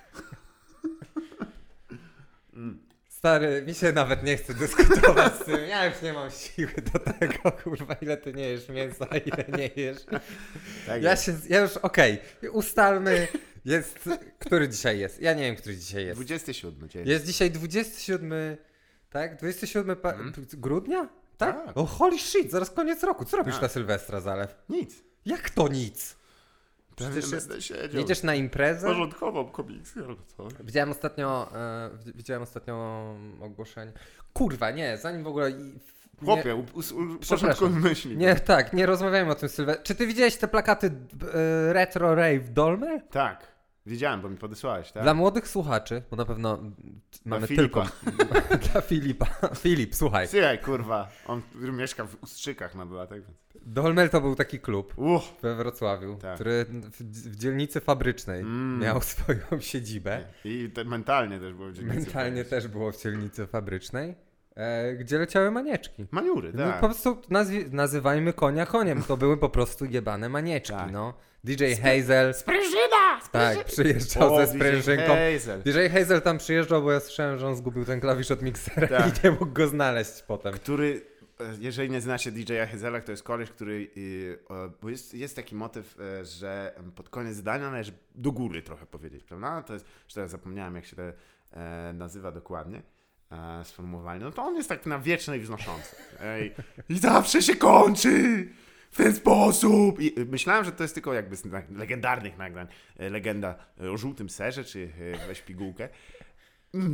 Mm. Stary, mi się nawet nie chce dyskutować z tym. Ja już nie mam siły do tego, kurwa, ile ty nie jesz mięsa, a ile nie jesz. Tak Ja jest. się, ja już, okej, ustalmy, jest, który dzisiaj jest? Ja nie wiem, który dzisiaj jest. dwudziesty siódmy dzień. Jest dzisiaj dwudziestego siódmego, tak? dwudziestego siódmego pa- Mhm. grudnia? Tak? Tak. O, holy shit, zaraz koniec roku. Co robisz Tak. na Sylwestra, Zalew? Nic. Jak to nic? Przecież Przecież jest, będę siedział. nie idziesz na imprezę? Porządkową komisję albo coś. Widziałem ostatnio, e, w- widziałem ostatnio ogłoszenie. Kurwa, nie, zanim w ogóle... i- w- Chłopie, nie, u, u, u, Przepraszam. porządkuj myśli. nie, tak, nie rozmawiajmy o tym Sylwestrze. Czy ty widziałeś te plakaty e, Retro Rave Dolmer? Tak. Widziałem, bo mi podesłałeś, tak? Dla młodych słuchaczy, bo na pewno mamy Filipa. tylko... Dla Filipa. Filip, słuchaj. Słuchaj, kurwa, on mieszka w Ustrzykach na dodatek, więc... Dolmer to był taki klub Uff. we Wrocławiu, Tak. który w, w dzielnicy fabrycznej Mm. miał swoją siedzibę. I te, mentalnie też było w dzielnicy. Mentalnie też było w dzielnicy fabrycznej, e, gdzie leciały manieczki. Maniury, No, tak. po prostu nazwi- nazywajmy konia koniem. To były po prostu jebane manieczki, Tak. no. D J Hazel, Sprężyna! tak, przyjeżdżał O, ze sprężynką. Hazel. D J Hazel tam przyjeżdżał, bo ja słyszałem, że on zgubił ten klawisz od miksera Tak. i nie mógł go znaleźć potem. Który, e, jeżeli nie znacie D J Hazela, to jest koleś, który, e, e, bo jest, jest taki motyw, e, że pod koniec zdania należy do góry trochę powiedzieć, prawda? To jest, że teraz zapomniałem, jak się to e, nazywa dokładnie, e, sformułowanie. No to on jest tak na wiecznej wznoszący. Ej, i zawsze się kończy w ten sposób. I e, myślałem, że to jest tylko jakby z na- legendarnych nagrań, e, legenda o żółtym serze, czy e, weź pigułkę. Nie,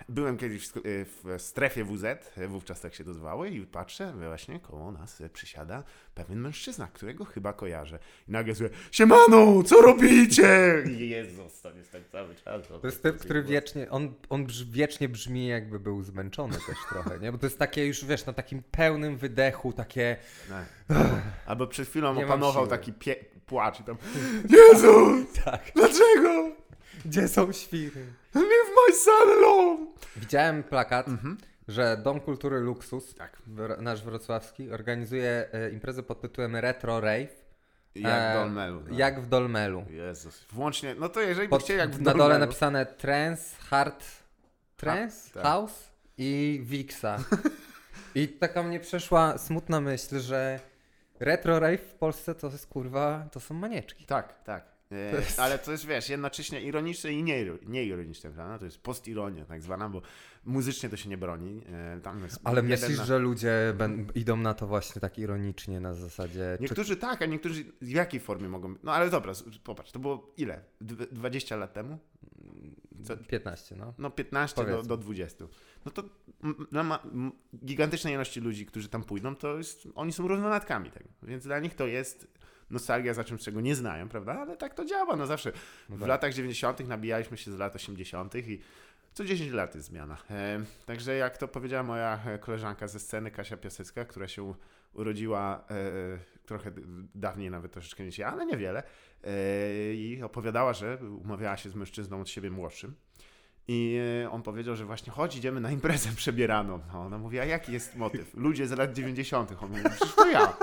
byłem kiedyś w, w strefie W Z, wówczas tak się dozywało i patrzę, właśnie koło nas przysiada pewien mężczyzna, którego chyba kojarzę. I nagle sobie, siemano, co robicie? Jezus, to jest tak cały czas. To jest typ, który wiecznie, on, on brz, wiecznie brzmi jakby był zmęczony też trochę, nie? Bo to jest takie już, wiesz, na takim pełnym wydechu, takie... No. Albo przed chwilą Nie opanował taki pie- płacz i tam, Jezu, tak. dlaczego? Gdzie są świry? Leave my son alone! Widziałem plakat, Mhm. że Dom Kultury Luksus, Tak. wr- nasz wrocławski, organizuje e, imprezę pod tytułem Retro Rave. Jak w e, Dolmelu. No. Jak w Dolmelu. Jezus. Włącznie, no to jeżeli Pod, byście jak w na Dolmelu... dole napisane trance, hard trance, tak. house i Wixa. I taka mnie przeszła smutna myśl, że retro rave w Polsce to jest kurwa, to są manieczki. Tak, tak. E, To jest- Ale to jest, wiesz, jednocześnie ironiczne i nie, nieironiczne, prawda? To jest postironia tak zwana, bo muzycznie to się nie broni. E, tam jest Ale jeden myślisz, na... że ludzie ben, idą na to właśnie tak ironicznie na zasadzie... Niektórzy tak, a niektórzy w jakiej formie mogą... No ale dobra, popatrz, to było ile? Dw- dwadzieścia lat temu? Co? piętnaście, no. No piętnaście do, Powiedzmy. do dwudziestu. No to m, no, ma, m, gigantycznej ilości ludzi, którzy tam pójdą, to jest, oni są równolatkami tego. Więc dla nich to jest nostalgia za czymś, czego nie znają, prawda? Ale tak to działa, no zawsze. No W tak. latach dziewięćdziesiątych nabijaliśmy się z lat osiemdziesiątych i co dziesięć lat jest zmiana. E, także jak to powiedziała moja koleżanka ze sceny, Kasia Piasecka, która się urodziła e, trochę d- dawniej nawet troszeczkę niż ja, ale niewiele. E, I opowiadała, że umawiała się z mężczyzną od siebie młodszym. I e, on powiedział, że właśnie chodź, idziemy na imprezę przebieraną. No, ona mówi, a jaki jest motyw? Ludzie z lat dziewięćdziesiątych. On mówi, przecież to ja.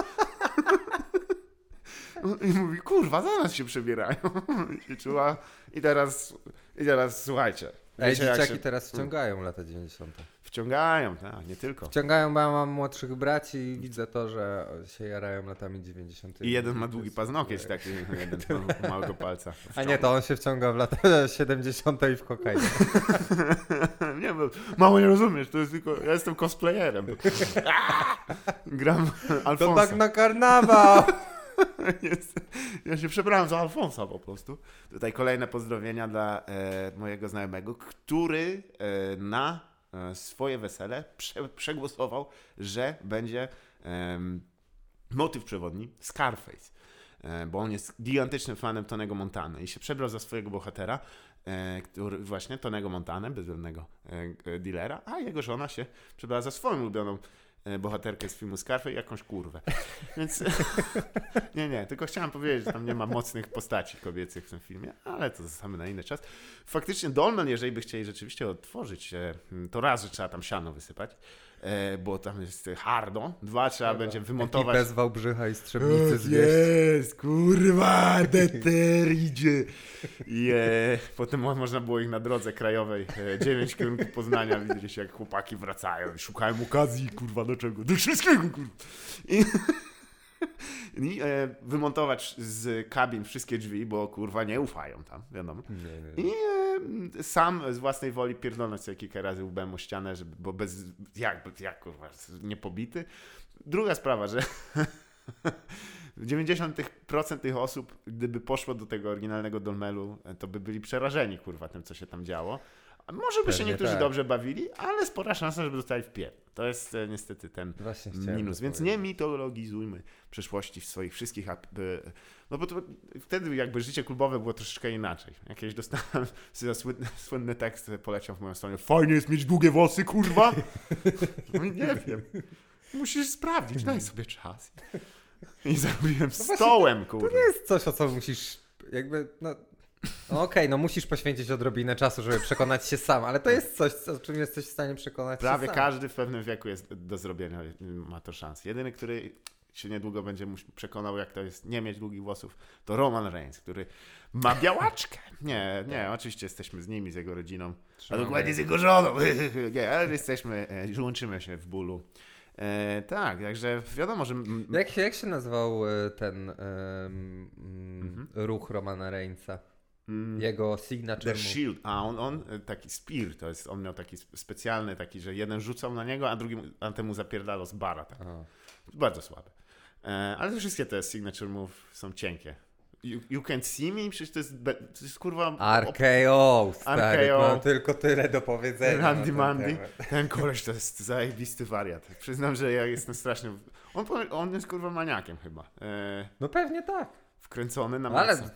I mówi, kurwa, zaraz się przebierają. I się czuła. I teraz, i teraz słuchajcie. Ej, Wiecie, jak dzieciaki się teraz wciągają lata dziewięćdziesiąte. wciągają, tak, nie tylko. Wciągają, bo ja mam młodszych braci i widzę to, że się jarają latami dziewięćdziesiątymi. I jeden ma długi paznokieć, taki jeden ma małego palca. A nie, to on się wciąga w lata siedemdziesiąte i w kokainie. Nie, bo mało nie rozumiesz, to jest tylko, ja jestem cosplayerem. Gram To Alfonsa. tak na karnawał! Jest, ja się przebrałem za Alfonsa po prostu. Tutaj kolejne pozdrowienia dla e, mojego znajomego, który e, na e, swoje wesele prze, przegłosował, że będzie e, motyw przewodni Scarface. E, bo on jest gigantycznym fanem Tonego Montany i się przebrał za swojego bohatera, e, który właśnie Tonego Montanę, bezwzględnego e, e, dealera, a jego żona się przebrała za swoją ulubioną bohaterkę z filmu Scarface, jakąś kurwę. Więc nie, nie, tylko chciałem powiedzieć, że tam nie ma mocnych postaci kobiecych w tym filmie, ale to zostawimy na inny czas. Faktycznie Dolmen, jeżeli by chcieli rzeczywiście otworzyć, to raz, że trzeba tam siano wysypać, bo tam jest hardo, dwa, trzeba będzie wymontować... Ekipę z Wałbrzycha i Strzebnicy zwieść. Jest, kurwa, deter idzie. I e, potem mo- można było ich na drodze krajowej e, dziewięć kierunków Poznania widzieć, jak chłopaki wracają i szukają okazji, kurwa, do czego? Do wszystkiego, kurwa. I, i e, wymontować z kabin wszystkie drzwi, bo kurwa nie ufają tam, wiadomo. Nie, nie, I e, sam z własnej woli pierdolnąć sobie kilka razy łbem o ścianę, żeby, bo bez, jak, jak kurwa, niepobity. Druga sprawa, że dziewięćdziesiąt procent tych osób, gdyby poszło do tego oryginalnego Dolmelu, to by byli przerażeni, kurwa, tym, co się tam działo. A może by Pewnie się niektórzy tak. dobrze bawili, ale spora szansa, żeby dostali w pier. To jest e, niestety ten Właśnie chciałem minus. to Więc powiedzieć. nie mitologizujmy przeszłości w swoich wszystkich... ap- e, No bo to, wtedy jakby życie klubowe było troszeczkę inaczej. Jakieś dostałem za słynny, słynny tekst, poleciał w moją stronę. Fajnie jest mieć długie włosy, kurwa! No, nie wiem. Musisz sprawdzić, daj sobie czas. I zrobiłem stołem, kurwa. To nie jest coś, o co musisz jakby, no... No okej, no musisz poświęcić odrobinę czasu, żeby przekonać się sam, ale to jest coś, o czym jesteś w stanie przekonać Prawie się sam. każdy w pewnym wieku jest do zrobienia, ma to szansę. Jedyny, który się niedługo będzie mu przekonał, jak to jest nie mieć długich włosów, to Roman Reigns, który ma białaczkę. Nie, nie, oczywiście jesteśmy z nimi, z jego rodziną, a dokładnie z jego żoną. Nie, ale jesteśmy, e, łączymy się w bólu. E, tak, także wiadomo, że... m- Jak się, jak się nazywał e, ten em, mm, Mhm. ruch Romana Reignsa? mm, Jego signature The move. Shield, a on, on e, taki spear, to jest, on miał taki sp- specjalny, taki, że jeden rzucał na niego, a drugi a temu zapierdalał z bara. Tak. A. Bardzo słabe. E, ale wszystkie te signature move są cienkie. You, you Can't See Me? Przecież to jest, be, to jest kurwa... R K O, stary, R K O. mam tylko tyle do powiedzenia. Randy Mandy. Ten koleś to jest zajebisty wariat. Przyznam, że ja jestem strasznie... On, on jest kurwa maniakiem chyba. E... No pewnie tak. Wkręcony na maksa. maksa.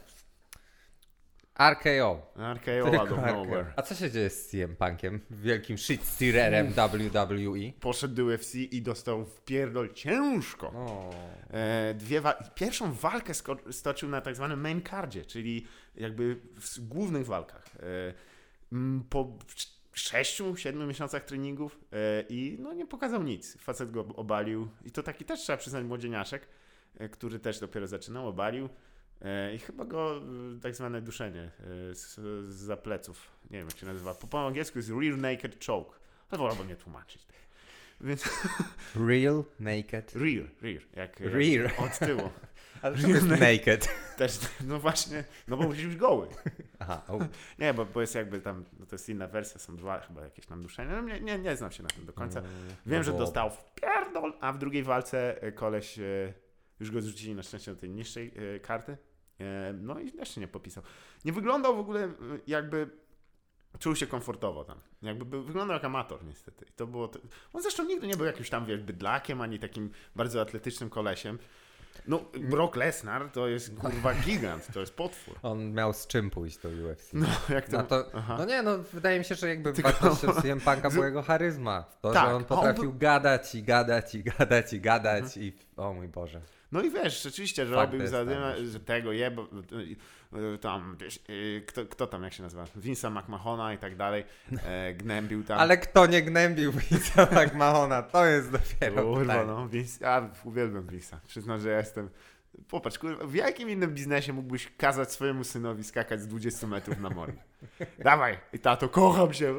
Ale R K O. R K O out of nowhere. A co się dzieje z C M Punkiem? Wielkim shit-steererem W W E? Poszedł do U F C i dostał w pierdol ciężko. Oh. E, dwie wa- pierwszą walkę sko- stoczył na tak zwanym main cardzie, czyli jakby w głównych walkach. E, m, po sześciu, siedmiu miesiącach treningów e, i no nie pokazał nic. Facet go obalił i to taki też trzeba przyznać młodzieniaszek, e, który też dopiero zaczynał, obalił. I chyba go tak zwane duszenie z, z za pleców, nie wiem jak się nazywa, po, po angielsku jest rear naked choke, ale wolałbym nie tłumaczyć. Więc... Real naked? Rear, rear, jak, rear. jak od tyłu. Ale to jest naked. Też, no właśnie, no bo musisz być goły. Aha, oh. Nie, bo, bo jest jakby tam, no to jest inna wersja, są dwa chyba jakieś tam duszenia, no nie, nie, nie znam się na tym do końca. Wiem, no że dostał w pierdol, a w drugiej walce koleś... Już go zrzucili na szczęście do tej niższej e, karty. E, no i jeszcze nie popisał. Nie wyglądał w ogóle jakby... Czuł się komfortowo tam. Jakby był, wyglądał jak amator niestety. I to było... To... On zresztą nigdy nie był jakimś tam wiesz, bydlakiem, ani takim bardzo atletycznym kolesiem. No Brock Lesnar to jest kurwa gigant, to jest potwór. On miał z czym pójść do U F C. No, jak to... no, to Aha. no nie, no wydaje mi się, że jakby Tylko... wartością C M Punka była jego charyzma. To, tak, że on potrafił on... gadać i gadać i gadać i gadać mhm. i o mój Boże. No i wiesz, rzeczywiście, że Fakt robił za tam, że tego jebo, tam, kto, kto tam jak się nazywa, Vince'a McMahona i tak dalej, e, gnębił tam. Ale kto nie gnębił Vince'a McMahona, to jest dopiero Kurwa, no, Vince, ja uwielbiam Vince'a, przyznam, że ja jestem, popatrz, kurwa, w jakim innym biznesie mógłbyś kazać swojemu synowi skakać z dwudziestu metrów na morze? Dawaj, i tato, kocham się.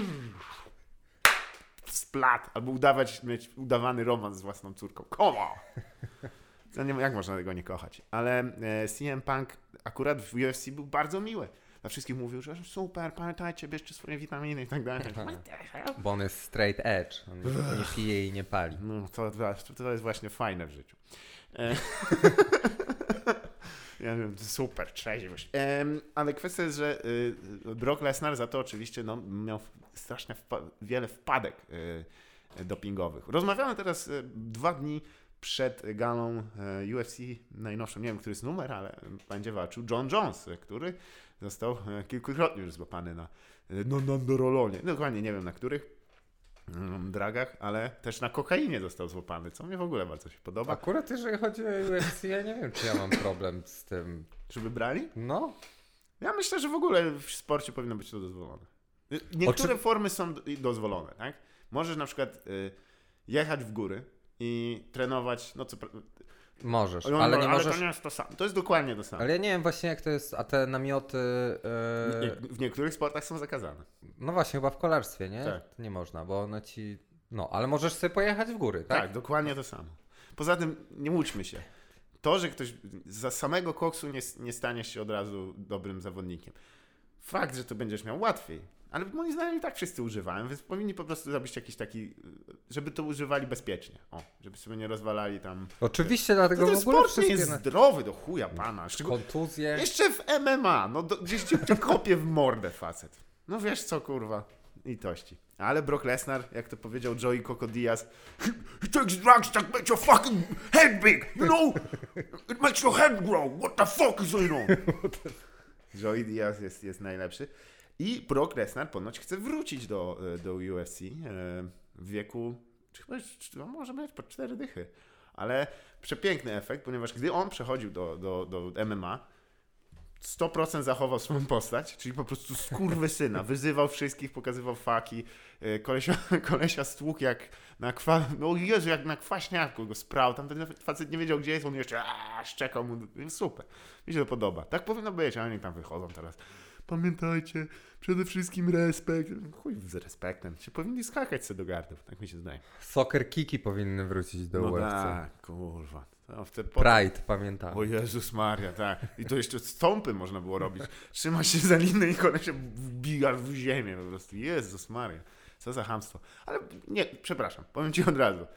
Splat, albo udawać, mieć udawany romans z własną córką. Come on! No nie, jak można tego nie kochać? Ale e, C M Punk akurat w U F C był bardzo miły. Dla wszystkich mówił, że super, pamiętajcie, bierzcie swoje witaminy i tak dalej. Bo on jest straight edge. On nie pije i nie pali. No to, to jest właśnie fajne w życiu. E, ja wiem, super, trzeźwość. E, ale kwestia jest, że y, Brock Lesnar za to oczywiście no, miał strasznie wpa- wiele wpadek y, dopingowych. Rozmawiamy teraz y, dwa dni przed galą y, U F C najnowszą, nie wiem, który jest numer, ale będzie walczył John Jones, który został y, kilkukrotnie już złapany na y, no, nandorolonie. No, dokładnie nie wiem na których y, dragach, ale też na kokainie został złapany, co mnie w ogóle bardzo się podoba. Akurat jeżeli chodzi o U F C, ja nie wiem, czy ja mam problem z tym. Żeby brali? No. Ja myślę, że w ogóle w sporcie powinno być to dozwolone. Niektóre Oczy... formy są dozwolone, tak? Możesz na przykład y, jechać w góry i trenować, no co... Możesz, no, ale no, nie ale możesz... to nie jest to samo. To jest dokładnie to samo. Ale ja nie wiem właśnie jak to jest, a te namioty... Yy... W niektórych sportach są zakazane. No właśnie, chyba w kolarstwie, nie? Tak. Nie można, bo one ci... No, ale możesz sobie pojechać w góry, tak? Tak, dokładnie to samo. Poza tym, nie łudźmy się. To, że ktoś za samego koksu nie, nie staniesz się od razu dobrym zawodnikiem. Fakt, że to będziesz miał łatwiej. Ale moim zdaniem i tak wszyscy używają, więc powinni po prostu zrobić jakiś taki, żeby to używali bezpiecznie. O, żeby sobie nie rozwalali tam... Oczywiście, dlatego to w ogóle sport nie jest na... zdrowy do chuja pana. Szczegół... Kontuzje. Jeszcze w M M A, no do, gdzieś cię kopie w mordę facet. No wiesz co, kurwa. I tości. Ale Brock Lesnar, jak to powiedział Joey Coco Diaz, he, he takes drugs that make your fucking head big, you know? It makes your head grow. What the fuck is going on? Joey Diaz jest, jest najlepszy. I Brock Lesnar ponoć chce wrócić do, do U F C w wieku, czy chyba czy może być po cztery dychy. Ale przepiękny efekt, ponieważ gdy on przechodził do, do, do M M A, sto procent zachował swoją postać, czyli po prostu skurwysyna, wyzywał wszystkich, pokazywał faki, kolesia, kolesia stłukł jak na kwa... no Jezu, jak na kwaśniaku go sprał, tam ten facet nie wiedział gdzie jest, on jeszcze aaa, szczekał mu, super, mi się to podoba, tak powinno być, a oni tam wychodzą teraz. Pamiętajcie, przede wszystkim respekt. Chuj z respektem. Się powinni skakać sobie do gardów, tak mi się zdaje. Soccer kiki powinny wrócić do no U F C. Tak, kurwa. No, wtedy Pride, pamiętam. O Jezus Maria, tak. I to jeszcze stąpy można było robić. Trzyma się za linę i koleś się wbija w ziemię po prostu. Jezus Maria. Co za chamstwo. Ale nie, przepraszam, powiem ci od razu.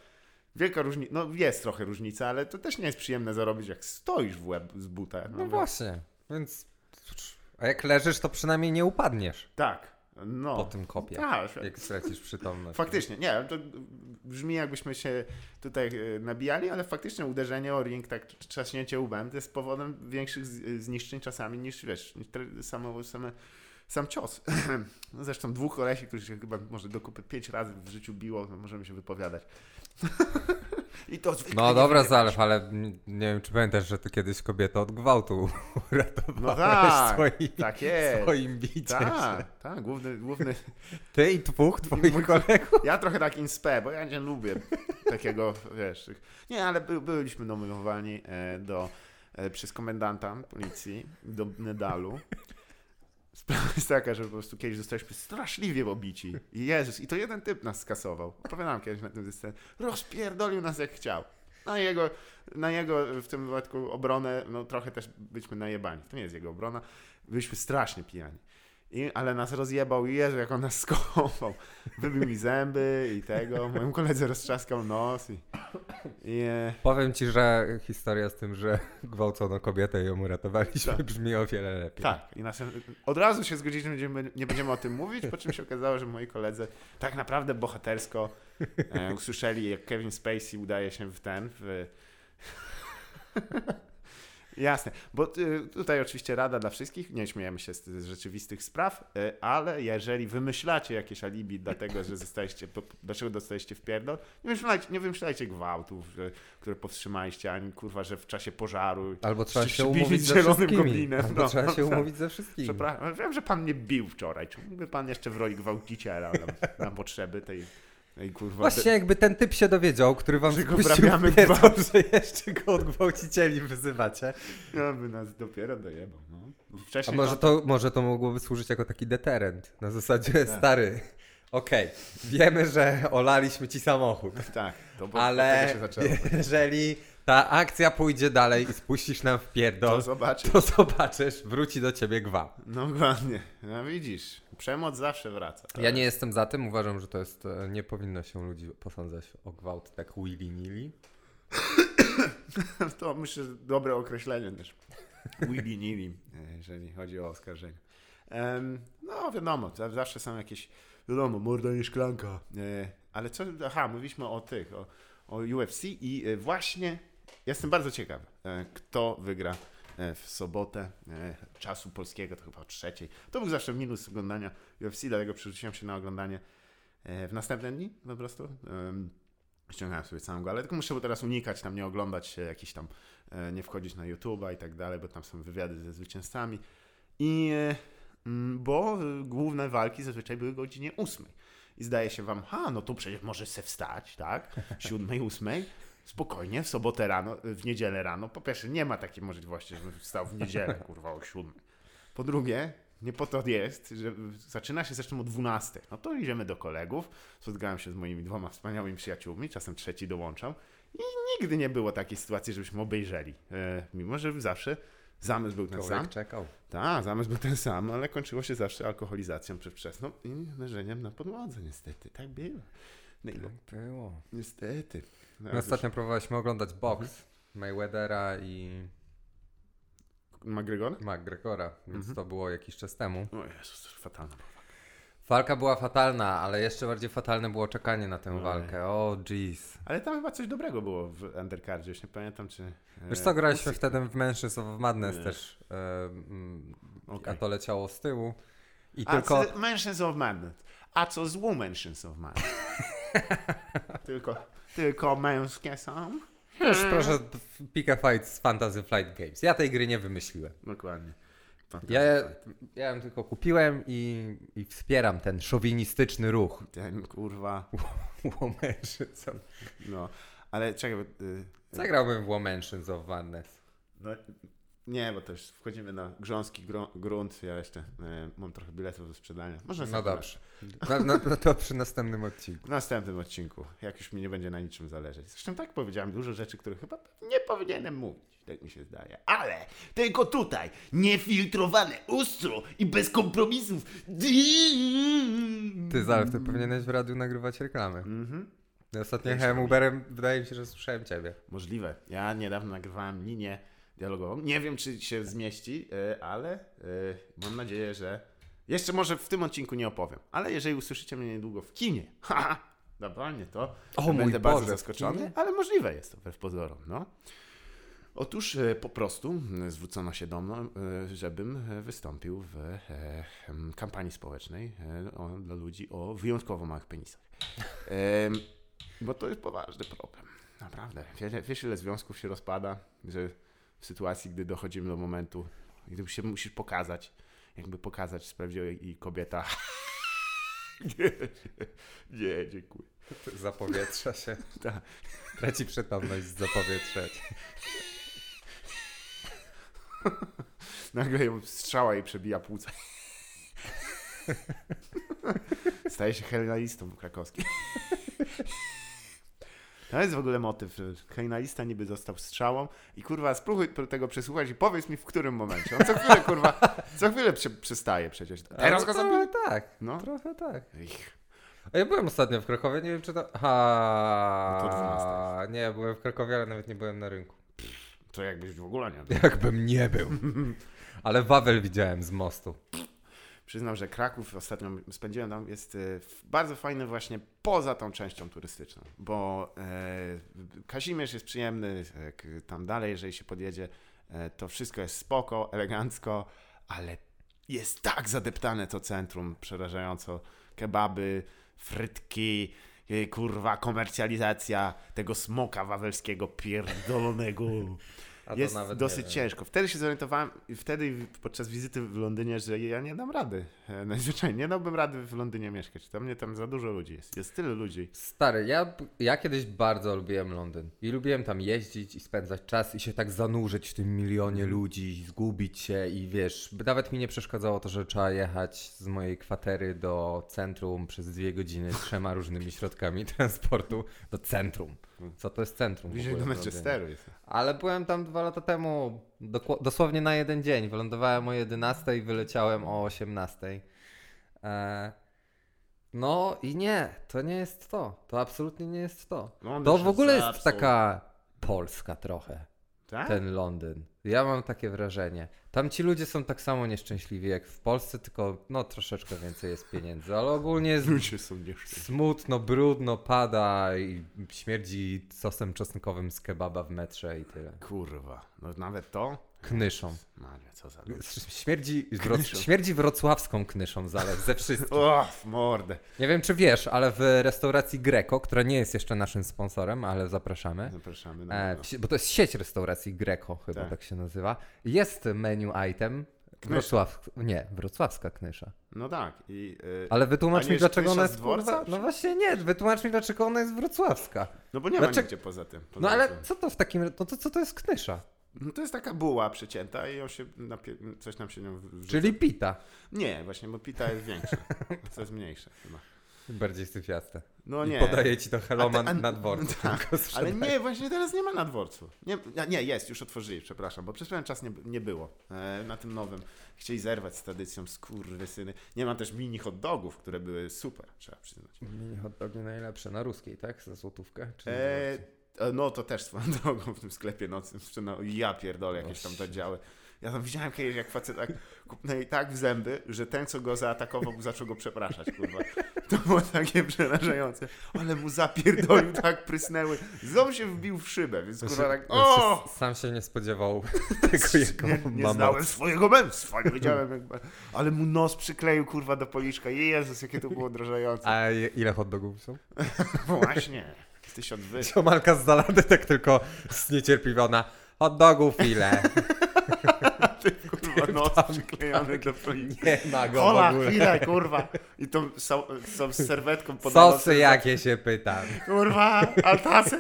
Wielka różnica, no jest trochę różnica, ale to też nie jest przyjemne zarobić, jak stoisz w łeb z buta. No, no właśnie, więc... A jak leżysz, to przynajmniej nie upadniesz. Tak. No. Po tym kopie, tak. Jak stracisz przytomność. Faktycznie, nie, to brzmi jakbyśmy się tutaj nabijali, ale faktycznie uderzenie o ring, tak trzaśnięcie łbem, to jest powodem większych zniszczeń czasami niż, wiesz, niż samo, same, sam cios. No zresztą dwóch kolesi, którzy się chyba może do kupy pięć razy w życiu biło, no możemy się wypowiadać. I to no dobra, Zalew, ale nie wiem, czy pamiętasz, że ty kiedyś kobietę od gwałtu uratowałeś no tak, swoim, tak jest. swoim biciem. Tak, tak, główny, główny... Ty i dwóch twoich kolegów? Ja trochę tak inspe, bo ja nie lubię takiego, wiesz... Nie, ale by, byliśmy nominowani e, do, e, przez komendanta policji do medalu. Sprawa jest taka, że po prostu kiedyś zostaliśmy straszliwie obici. I Jezus, i to jeden typ nas skasował. Opowiadałem kiedyś na tym dystanie. Rozpierdolił nas jak chciał. Na jego, na jego w tym wypadku obronę, no trochę też byliśmy najebani. To nie jest jego obrona. Byliśmy strasznie pijani. I, ale nas rozjebał i Jezu, jak on nas skopał. Wybił mi zęby i tego. Mojemu koledze roztrzaskał nos. I, i, e... Powiem ci, że historia z tym, że gwałcono kobietę i ją uratowaliśmy, tak. Brzmi o wiele lepiej. Tak. I nas, od razu się zgodziliśmy, że nie, nie będziemy o tym mówić, po czym się okazało, że moi koledzy tak naprawdę bohatersko e, usłyszeli, jak Kevin Spacey udaje się w ten... W... Jasne, bo y, tutaj oczywiście rada dla wszystkich, nie śmiejemy się z, z rzeczywistych spraw, y, ale jeżeli wymyślacie jakieś alibi dlatego, że zostaliście, po, dlaczego dostaliście w pierdol, nie wymyślajcie, nie wymyślajcie gwałtów, że, które powstrzymaliście, ani kurwa, że w czasie pożaru albo trzeba się umówić ze wszystkimi. Goblinem. Albo no, trzeba się no, umówić ze wszystkimi. Przepraszam, wiem, że pan mnie bił wczoraj, czy mógłby pan jeszcze w roli gwałciciela na, na potrzeby tej... Ej, kurwa, właśnie jakby ten typ się dowiedział, który wam spuścił pierdol, że jeszcze go od gwałcicieli wyzywacie. Ja by nas dopiero dojebał. No. A może to, może to mogłoby służyć jako taki deterrent. Na zasadzie, tak. Stary, okej, okay, wiemy, że olaliśmy ci samochód. Tak, to bo, ale się zaczęło. Jeżeli ta akcja pójdzie dalej i spuścisz nam w pierdol, to zobaczysz, to zobaczysz wróci do ciebie gwałt. No dokładnie. No widzisz, przemoc zawsze wraca. Tak? Ja nie jestem za tym, uważam, że to jest, nie powinno się ludzi posądzać o gwałt tak willy-nilly. To myślę, że dobre określenie też. Willy-nilly, jeżeli chodzi o oskarżenie. Um, no wiadomo, zawsze są jakieś, wiadomo, morda nie szklanka. Ale co, aha, mówiliśmy o tych, o, o U F C i właśnie jestem bardzo ciekaw, kto wygra w sobotę czasu polskiego, to chyba o trzeciej. To był zawsze minus oglądania U F C, dlatego przerzuciłem się na oglądanie w następne dni po prostu. Ściągałem sobie całą galę, tylko muszę teraz unikać, tam nie oglądać się, jakiś tam, nie wchodzić na YouTube'a i tak dalej, bo tam są wywiady ze zwycięzcami. I bo główne walki zazwyczaj były o godzinie ósmej. I zdaje się wam, ha, no to przecież możesz se wstać, tak? Siódmej, ósmej. Spokojnie, w sobotę rano, w niedzielę rano. Po pierwsze, nie ma takiej możliwości, żebym wstał w niedzielę, kurwa, o siódmej. Po drugie, nie po to jest, że zaczyna się zresztą o dwunastej. No to idziemy do kolegów, spotkałem się z moimi dwoma wspaniałymi przyjaciółmi, czasem trzeci dołączał i nigdy nie było takiej sytuacji, żebyśmy obejrzeli. E, mimo, że zawsze zamysł był ten Człowiek sam. czekał. Tak, zamysł był ten sam, ale kończyło się zawsze alkoholizacją przedwczesną i leżeniem na podłodze, niestety. Tak było. No, tak było. Niestety. No, ostatnio już... próbowaliśmy oglądać boks mhm. Mayweathera i McGregora? McGregora, więc mhm. to było jakiś czas temu. O Jezus, fatalna była. Walka była fatalna, ale jeszcze bardziej fatalne było czekanie na tę Oj. walkę. O, jeez. Ale tam chyba coś dobrego było w undercardzie, już nie pamiętam, czy... Wiesz co, graliśmy wtedy w Mansions of Madness nie. też, e, okay. a to leciało z tyłu. I a, tylko... co, Mansions of Madness. A co złu Mansions of Madness? tylko, tylko męskie są? Już proszę, pick a fight z Fantasy Flight Games. Ja tej gry nie wymyśliłem. Dokładnie. Ja, ja ją tylko kupiłem i, i wspieram ten szowinistyczny ruch. Ten kurwa. Womentions. No, ale czekaj. Yy, Zagrałbym w Womentions of Madness. No, nie, bo też wchodzimy na grząski gr- grunt. Ja jeszcze yy, mam trochę biletów do sprzedania. Można no dobrze. No, no, no to przy następnym odcinku. W następnym odcinku. Jak już mi nie będzie na niczym zależeć. Zresztą tak powiedziałem dużo rzeczy, których chyba nie powinienem mówić. Tak mi się zdaje. Ale tylko tutaj niefiltrowane, ostro i bez kompromisów. Ty, Zalew, ty powinieneś w radiu nagrywać reklamy. Mhm. Ja ostatnio jechałem Uberem, wydaje mi się, że słyszałem ciebie. Możliwe. Ja niedawno nagrywałem linię dialogową. Nie wiem, czy się zmieści, ale mam nadzieję, że jeszcze może w tym odcinku nie opowiem. Ale jeżeli usłyszycie mnie niedługo w kinie, haha, dawalnie to, o, to mój będę Boże, bardzo zaskoczony, ale możliwe jest to wbrew pozorom, no. Otóż e, po prostu zwrócono się do mnie, e, żebym wystąpił w e, kampanii społecznej e, o, dla ludzi o wyjątkowo małych penisach. E, bo to jest poważny problem. Naprawdę. Wiesz, wiesz, ile związków się rozpada, że w sytuacji, gdy dochodzimy do momentu, gdy się musisz pokazać, jakby pokazać sprawdziła i kobieta. nie, nie, dziękuję. Zapowietrza się. Tak. Traci przytomność z zapowietrzeć. Nagle ją strzała i przebija płuca. Staje się hejnalistą krakowskim. To jest w ogóle motyw. Hejnalista niby został strzałą i kurwa spróbuj tego przesłuchać i powiedz mi w którym momencie. On co chwilę kurwa, co chwilę prze, przestaje przecież. Teraz go zabili? Tak, no. Trochę tak. Ich. A ja byłem ostatnio w Krakowie, nie wiem czy to... Ha, no to dwunasta. Nie, byłem w Krakowie, ale nawet nie byłem na rynku. To jakbyś w ogóle nie był. Jakbym nie był. Ale Wawel widziałem z mostu. Przyznam, że Kraków ostatnio spędziłem tam, jest bardzo fajny właśnie poza tą częścią turystyczną, bo e, Kazimierz jest przyjemny, jak tam dalej, jeżeli się podjedzie, e, to wszystko jest spoko, elegancko, ale jest tak zadeptane to centrum, przerażająco, kebaby, frytki, e, kurwa, komercjalizacja tego smoka wawelskiego pierdolonego. Jest dosyć ciężko. Wtedy się zorientowałem, wtedy podczas wizyty w Londynie, że ja nie dam rady. Najzwyczajniej nie dałbym rady w Londynie mieszkać. Tam mnie tam za dużo ludzi jest. Jest tyle ludzi. Stary, ja, ja kiedyś bardzo lubiłem Londyn. I lubiłem tam jeździć i spędzać czas i się tak zanurzyć w tym milionie ludzi, zgubić się i wiesz, nawet mi nie przeszkadzało to, że trzeba jechać z mojej kwatery do centrum przez dwie godziny trzema różnymi środkami transportu do centrum. Co to jest centrum? Bliżej do Manchesteru jest. Ale byłem tam dwa lata temu, dokło- dosłownie na jeden dzień. Wylądowałem o jedenastej i wyleciałem o osiemnastej. E- no i nie, to nie jest to. To absolutnie nie jest to. Londyn to w ogóle jest absolut. taka Polska trochę. Tak? Ten Londyn. Ja mam takie wrażenie. Tam ci ludzie są tak samo nieszczęśliwi jak w Polsce, tylko no troszeczkę więcej jest pieniędzy, ale ogólnie jest ludzie są nieszczęśliwi. Smutno, brudno, pada i śmierdzi sosem czosnkowym z kebaba w metrze i tyle. Kurwa, no nawet to? Knyszą. Maria, co za ludzie. Śmierdzi, wro- śmierdzi wrocławską knyszą zalew ze wszystkich. O, w mordę. Nie wiem czy wiesz, ale w restauracji Greco, która nie jest jeszcze naszym sponsorem, ale zapraszamy. Zapraszamy. Na E, bo to jest sieć restauracji Greco, chyba tak, tak się nazywa. Jest menu item. Wrocław... Nie, wrocławska knysza. No tak. I, yy... Ale wytłumacz mi, dlaczego ona jest dworca? No właśnie nie, wytłumacz mi, dlaczego ona jest wrocławska. No bo nie Dlaczego... ma nigdzie poza tym. Poza no ale tym. co to w takim... No to co to jest knysza? No to jest taka buła przecięta i on się napie- coś nam się nią wrzuca. Czyli pita. Nie, właśnie, bo pita jest większa. To jest mniejsze chyba. Bardziej syfiaste. No I nie. podaje ci to Heloman a te, a, na dworcu. Tak, ale nie, właśnie teraz nie ma na dworcu. Nie, nie jest, już otworzyli, przepraszam, bo przez pewien czas nie, nie było e, na tym nowym. Chcieli zerwać z tradycją, skurwysyny. Nie ma też mini hot dogów, które były super, trzeba przyznać. Mini hot dogi najlepsze, na ruskiej, tak? Za złotówkę? Czy e, no to też swoją drogą w tym sklepie nocnym. No, ja pierdolę, jakieś tam te działy. Ja tam widziałem kiedyś, jak facet tak kupnęli tak w zęby, że ten, co go zaatakował, zaczął go przepraszać, kurwa. To było takie przerażające. Ale mu zapierdolił, tak prysnęły. Znowu się wbił w szybę, więc kurwa tak, o! Sam się nie spodziewał tego, jaką Nie, nie znałem swojego męstwa, nie wiedziałem jak... Ale mu nos przykleił, kurwa, do policzka. Jezus, jakie to było drażające. A ile hot dogów są? Właśnie. Tysiąc wyżej. Ciomalka z zalady tak tylko zniecierpliwiona. Hot dogów ile? Ty, kurwa, nos przyklejony do policzka. Nie ma go Hola, w ogóle. chwilę, kurwa. I tą, są, są z serwetką podaną. Sosy jakie się pytam. Kurwa, altasy.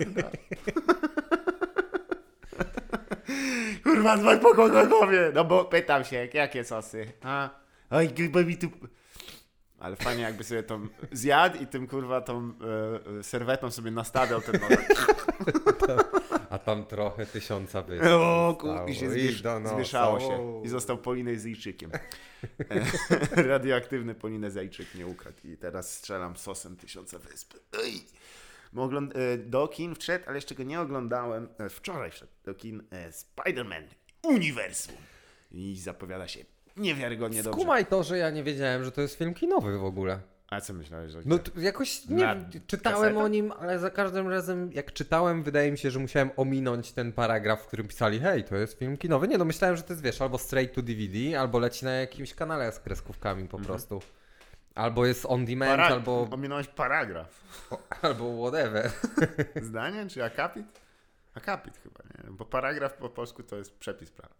Kurwa, dzwoń po kogowie. No bo pytam się, jakie sosy. A? Oj, bo mi tu... Ale fajnie jakby sobie tą zjadł i tym kurwa tą e, serwetą sobie nastawiał ten nos. A tam trochę tysiąca wysp. O kurwa, i się zmiesz, zmieszało się. I został polinezjczykiem. E, radioaktywny polinezjczyk mnie ukradł i teraz strzelam sosem tysiąca wysp. Ej. Ogląd- do kin wszedł, ale jeszcze go nie oglądałem. Wczoraj wszedł do kin Spider-Man Uniwersum. I zapowiada się niewiarygodnie dobrze. Skumaj to, że ja nie wiedziałem, że to jest film kinowy w ogóle. A co myślałeś, że... No to jakoś, nie Na wiem, czytałem kasetę? o nim, ale za każdym razem jak czytałem, wydaje mi się, że musiałem ominąć ten paragraf, w którym pisali, hej, to jest film kinowy. Nie, no myślałem, że to jest, wiesz, albo straight to D V D, albo leci na jakimś kanale z kreskówkami po prostu. Albo jest on demand, Para- albo, Ominąłeś paragraf. albo whatever. Zdanie czy akapit? Akapit chyba, nie? Bo paragraf po polsku to jest przepis prawa.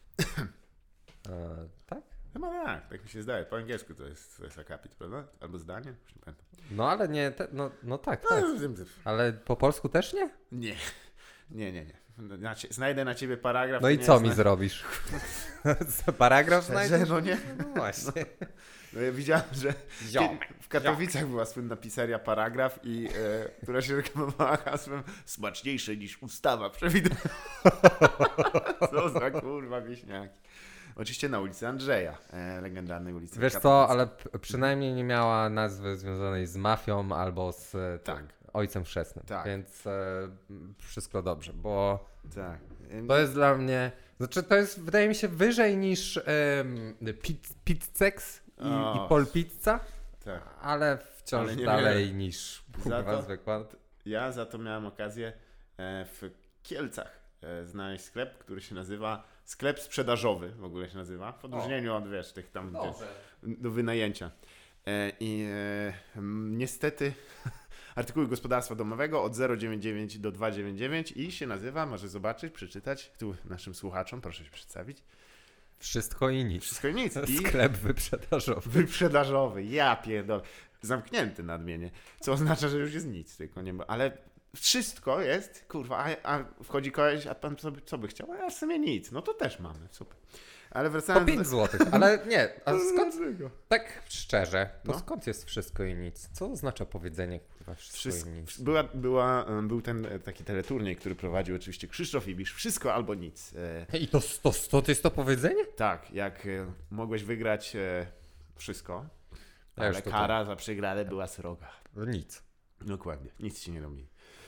E, tak? Chyba tak, tak mi się zdaje. Po angielsku to jest, to jest akapit, prawda? Albo zdanie? Już nie pamiętam. No ale nie, te, no, no tak, tak. Ale po polsku też nie? Nie, nie, nie, nie. Na cie- znajdę na ciebie paragraf. No to i nie co jest mi na- zrobisz? paragraf Szczerze, znajdziesz? no nie. No właśnie. No ja widziałem, że Ziomek. w Katowicach była słynna pizzeria Paragraf, i e, która się reklamowała hasłem smaczniejsze niż ustawa przewiduje. Co za kurwa wieśniaki. Oczywiście na ulicy Andrzeja, e, legendarnej ulicy Wiesz Katowickiej. co, ale p- przynajmniej nie miała nazwy związanej z mafią albo z e, Tak. tym, ojcem chrzestnym, Tak. więc e, wszystko dobrze, bo Tak. to jest dla mnie, znaczy to jest, wydaje mi się, wyżej niż em, Pit- Pizzex i, O. i Pol Pizza, Tak. ale wciąż Ale nie dalej wiele. niż Za kurwa to- zwykła. Ja za to miałem okazję e, w Kielcach e, znaleźć sklep, który się nazywa sklep sprzedażowy, w ogóle się nazywa, w odróżnieniu od, wiesz, tych tam gdzie, do wynajęcia. E, I e, m, niestety artykuły gospodarstwa domowego od zero dziewięćdziesiąt dziewięć do dwa dziewięćdziesiąt dziewięć i się nazywa, może zobaczyć, przeczytać, tu naszym słuchaczom, proszę się przedstawić. Wszystko i nic. Wszystko i nic. I Sklep wyprzedażowy. wyprzedażowy, ja pierdolę. Zamknięty nadmienię, co oznacza, że już jest nic, tylko nie ma, ale wszystko jest, kurwa, a, a wchodzi koleś, a pan co by, co by chciał? A ja w sumie nic, no to też mamy, super. Ale Po wracając pięć złotych, ale nie, a skąd, Dlaczego? tak szczerze, to No. skąd jest wszystko i nic? Co oznacza powiedzenie, kurwa, wszystko Wszystko, i nic? była, była, um, był ten e, taki teleturniej, który prowadził oczywiście Krzysztof Ibisz, wszystko albo nic. E, I to, to, to, to jest to powiedzenie? tak, jak e, mogłeś wygrać e, wszystko, Ja już ale to kara za przegradę była sroga. Nic. Dokładnie, nic ci nie robi.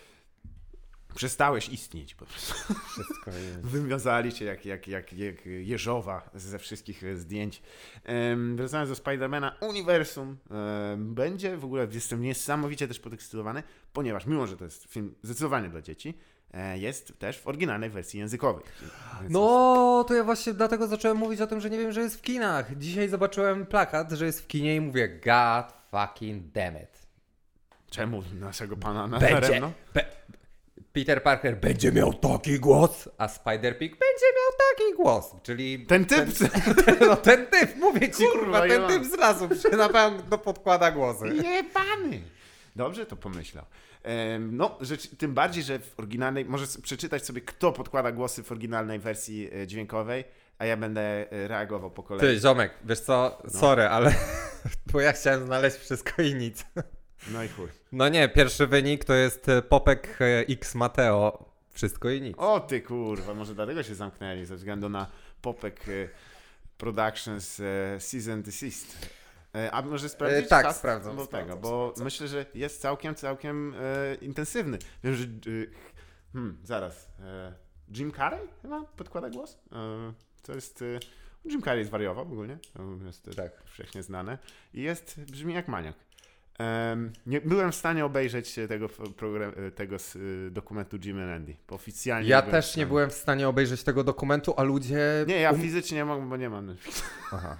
Przestałeś istnieć po prostu. Wszystko i nic. Wywiązali się jak, jak, jak, jak jeżowa ze wszystkich e, zdjęć. Um, wracając do Spidermana, uniwersum um, będzie, w ogóle jestem niesamowicie też podekscytowany, ponieważ mimo, że to jest film zdecydowanie dla dzieci, e, jest też w oryginalnej wersji językowej. Więc No, to ja właśnie dlatego zacząłem mówić o tym, że nie wiem, że jest w kinach. Dzisiaj zobaczyłem plakat, że jest w kinie i mówię, god fucking damn it. jest- Czemu naszego pana na Będzie, daremno? be, Peter Parker będzie miał taki głos, a Spider-Pig będzie miał taki głos, czyli... Ten typ! Ten, no ten typ, mówię ci, Kurwa, kurwa, ja ten mam- typ z razu się na pewno podkłada głosy. Jebany! Dobrze to pomyślał. Em, no, rzecz, tym bardziej, że w oryginalnej, możesz przeczytać sobie, kto podkłada głosy w oryginalnej wersji e, dźwiękowej, a ja będę e, reagował po kolei. Ty, ziomek, wiesz co, sorry, ale bo ja chciałem znaleźć wszystko i nic. No i chuj. No nie, pierwszy wynik to jest e, Popek e, X Mateo, wszystko i nic. O ty kurwa, może dlatego się zamknęli, ze względu na Popek e, Productions e, Season Desist. E, a może sprawdzić? E, tak, cast? sprawdzam, Bo, sprawdzam, tego, bo sprawdzam. myślę, że jest całkiem, całkiem e, intensywny. Wiem, że... E, hmm, zaraz. E, Jim Carrey chyba podkłada głos? E, to jest... E, Jim Carrey zwariował ogólnie, to jest e, Tak. wszechnie znane. I jest, brzmi jak maniak. Um, nie byłem w stanie obejrzeć tego, program, tego z, y, dokumentu Jim and Andy. Bo oficjalnie Ja nie byłem w też stanie. nie byłem w stanie obejrzeć tego dokumentu, a ludzie... Nie, ja um- fizycznie nie mogę, bo nie mam Netflixa. Aha.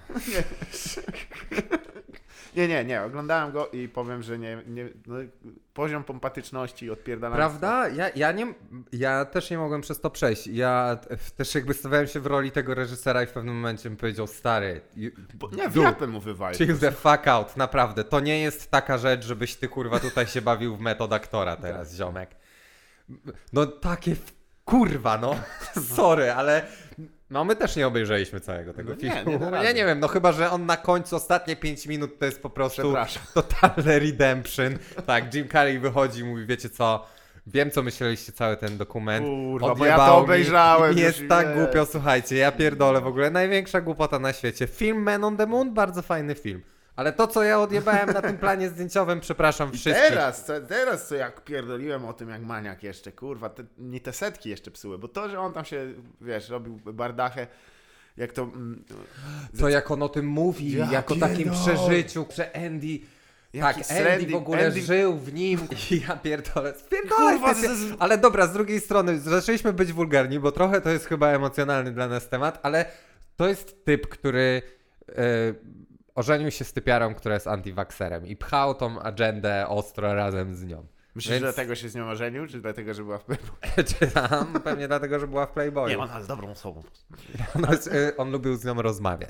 Nie, nie, nie. Oglądałem go i powiem, że nie, nie no, poziom pompatyczności i odpierdalania. Prawda? Ja, ja, nie, ja też nie mogłem przez to przejść. Ja t- też jakby stawiałem się w roli tego reżysera i w pewnym momencie mi powiedział, stary, you, Bo, nie, dude, wiapem mu wywalił. chill the fuck out, naprawdę. To nie jest taka rzecz, żebyś ty kurwa tutaj się bawił w metod aktora teraz, ziomek. No takie w- kurwa, no. Sorry, ale no my też nie obejrzeliśmy całego tego No nie, filmu. nie da ja rady. nie wiem, no chyba, że on na końcu, ostatnie pięć minut to jest po prostu Przepraszam. totalny redemption. Tak, Jim Carrey wychodzi i mówi, wiecie co, wiem co myśleliście cały ten dokument. Kurwa, bo ja Odjebał to mi obejrzałem. i Jest już i tak wiesz. głupio, słuchajcie, ja pierdolę w ogóle, największa głupota na świecie. Film Man on the Moon, bardzo fajny film. Ale to, co ja odjebałem na tym planie zdjęciowym, przepraszam I wszystkich. teraz, co, teraz co jak pierdoliłem o tym jak maniak jeszcze, kurwa, te, nie te setki jeszcze psuły, bo to, że on tam się, wiesz, robił bardachę, jak to... Mm, to jak on o tym mówi, ja jako pierdolę. takim przeżyciu, że Andy... Jaki tak, Andy Andy, w ogóle Andy... żył w nim i ja pierdolę, spierdolę, Kurwa, ty, to jest... ale dobra, z drugiej strony zaczęliśmy być wulgarni, bo trochę to jest chyba emocjonalny dla nas temat, ale to jest typ, który yy, ożenił się z typiarą, która jest antiwakserem i pchał tą agendę ostro razem z nią. Myślisz, Więc... że dlatego się z nią ożenił, czy dlatego, że była w Playboyu? Czy tam? Pewnie dlatego, że była w Playboyu. Nie, ona jest dobrą osobą. On, yy, on lubił z nią rozmawiać.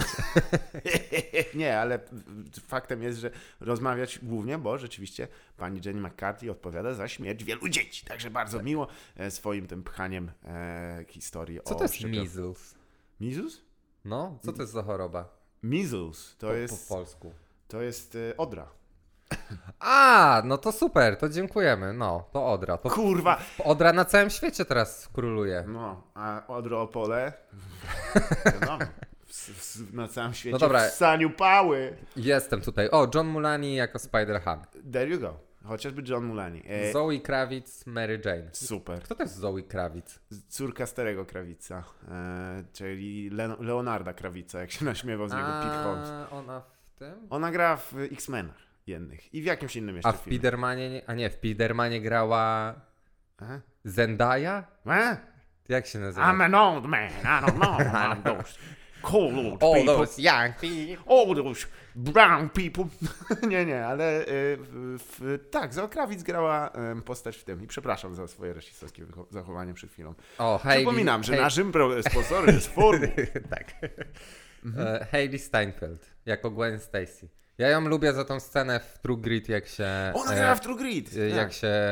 Nie, ale faktem jest, że rozmawiać głównie, bo rzeczywiście pani Jenny McCarthy odpowiada za śmierć wielu dzieci. Także bardzo tak. miło e, swoim tym pchaniem e, historii co o... to jest przykład... measles? Measles? No, co to jest za choroba? Measles to po, jest... Po polsku. To jest e, odra. A, no to super, to dziękujemy. No, to Odra. To Kurwa! Odra na całym świecie teraz króluje. No, a Odro Opole... Wiadomo. W, w, na całym świecie No dobra. w ssaniu pały. Jestem tutaj. O, John Mulaney jako Spider-Ham. There you go. Chociażby John Mulaney. E... Zoe Kravitz, Mary Jane. Super. Kto to jest Zoe Kravitz? Córka starego Krawica, e, czyli Le Leonarda Krawica, jak się naśmiewał z niego A, Pete Holmes. ona w tym? Ona gra w X-Menach jednych i w jakimś innym jeszcze A w filmie. Spidermanie, nie, a nie, w Spidermanie grała Aha. Zendaya? A? Jak się nazywa? I'm an old man, I don't know about those cool old All people. those young people. All those brown people. nie, nie, ale y, w, w, tak, Zoe Kravitz grała y, postać w tym i przepraszam za swoje rasistowskie zachowanie przed chwilą. O, Hailey, Przypominam, że Hailey. naszym sponsorem jest Ford. tak. Mhm. Uh, Hailey Steinfeld jako Gwen Stacy. Ja ją lubię za tą scenę w True Grit, jak się... Ona e, gra w True Grit. e, Jak tak. się...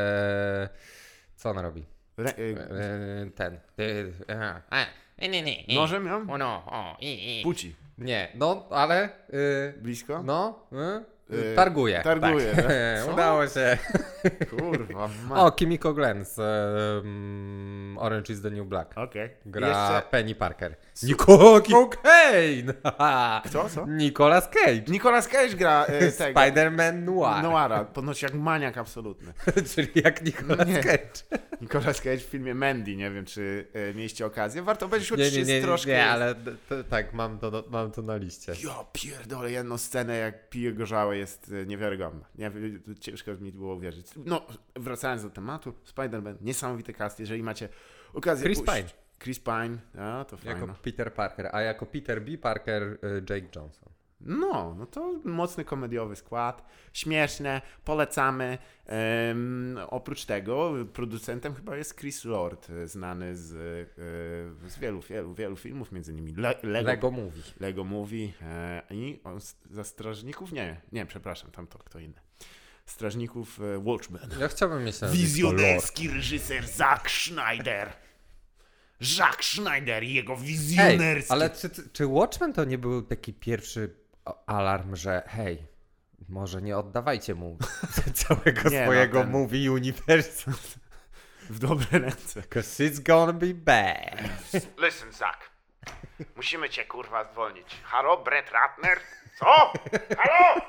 Co ona robi? Re, y, E, ten. E, a, Nożem ją? O no, o, i, i. Puci. Nie, no, ale... y, Blisko? no, y, Y, targuje. targuje, Tak. tak? Co? Udało się. Kurwa, ma. O, Kimiko Glenn z um, Orange is the New Black. Okej. Gra Jeszcze... Penny Parker. Su- Nicole Cocaine! Kto, co? Nicolas Cage. Nicolas Cage gra y, tego. Spider-Man Noir. Noara, ponoć jak maniak absolutny. Czyli jak Nicolas Nie. Cage. Nicolas Cage w filmie Mandy, nie wiem czy y, mieliście okazję. Warto obejrzeć, Nie, chociaż nie, jest nie, nie, troszkę... nie ale d- to, tak, mam to, mam to na liście. Ja pierdolę, jedną scenę jak pije gorzałe jest y, niewiarygodna. Nie, y, ciężko mi było uwierzyć. No, wracając do tematu, Spider-Man, niesamowity cast, jeżeli macie okazję Chris pójść. Pine. Chris Pine, a to fajno. Jako Peter Parker, a jako Peter B. Parker y, Jake Johnson. No, no to mocny komediowy skład, śmieszne, polecamy. Um, oprócz tego producentem chyba jest Chris Lord, znany z, z wielu, wielu, wielu filmów, między innymi Le Lego, Lego Movie. Lego Movie e, i on z- za Strażników, nie, nie, przepraszam, tam to kto inny. Strażników e, Watchmen. Ja chciałbym mieć nazwisko Wizjonerski reżyser Zack Schneider. Zack Schneider i jego Lord. Ej, wizjonerski... ale czy, czy Watchmen to nie był taki pierwszy alarm, że hej, może nie oddawajcie mu całego Nie, no, swojego ten- movie uniwersum. W dobre ręce. Because it's gonna be bad. Listen, Zack. Musimy cię, kurwa, zwolnić. Halo, Brett Ratner? Co? Halo?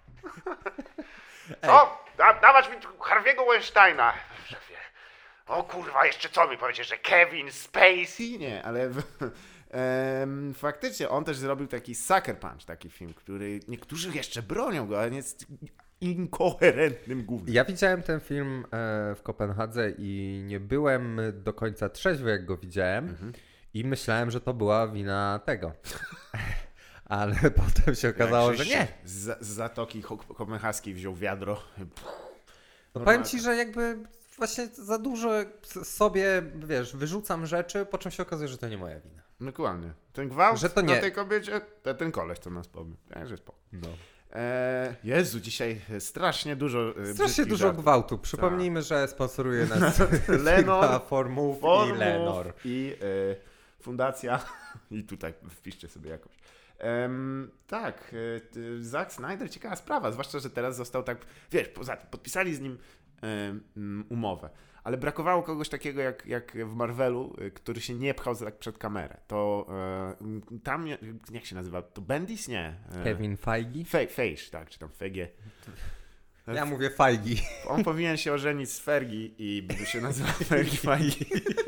Co? Da, dawać mi tu Harvey'ego Weinsteina. Szefie. O kurwa, jeszcze co mi powiedzieć, że Kevin Spacey? Nie, ale w, em, faktycznie on też zrobił taki Sucker Punch, taki film, który niektórzy jeszcze bronią go, ale jest inkoherentnym gównem. Ja widziałem ten film e, w Kopenhadze i nie byłem do końca trzeźwy, jak go widziałem. Mhm. I myślałem, że to była wina tego. Ale potem się okazało, że nie. Z, z Zatoki Ho- Kopenhaskiej wziął wiadro. No powiem ci, że jakby właśnie za dużo s- sobie, wiesz, wyrzucam rzeczy, po czym się okazuje, że to nie moja wina. Dokładnie. Ten gwałt Że to na nie. tej kobiecie, to ten koleś to nas powie. Ja, że spoko. No. Eee, Jezu, dzisiaj strasznie dużo e, Strasznie brzydkich dużo żartów. gwałtu. Przypomnijmy, że sponsoruje nas Lenor, firma Formów Formów i Lenor. i e, fundacja. I tutaj wpiszcie sobie jakąś. Em, tak, e, Zack Snyder, ciekawa sprawa, zwłaszcza, że teraz został tak, wiesz, poza tym podpisali z nim em, umowę, ale brakowało kogoś takiego jak, jak w Marvelu, który się nie pchał tak przed kamerę. To e, tam, jak się nazywa? To Bendis? Nie. E, Kevin Feige? Fe, Feige, tak, czy tam Feige. Ja mówię Feige. On powinien się ożenić z Fergie i by się nazywał Fergie Feige.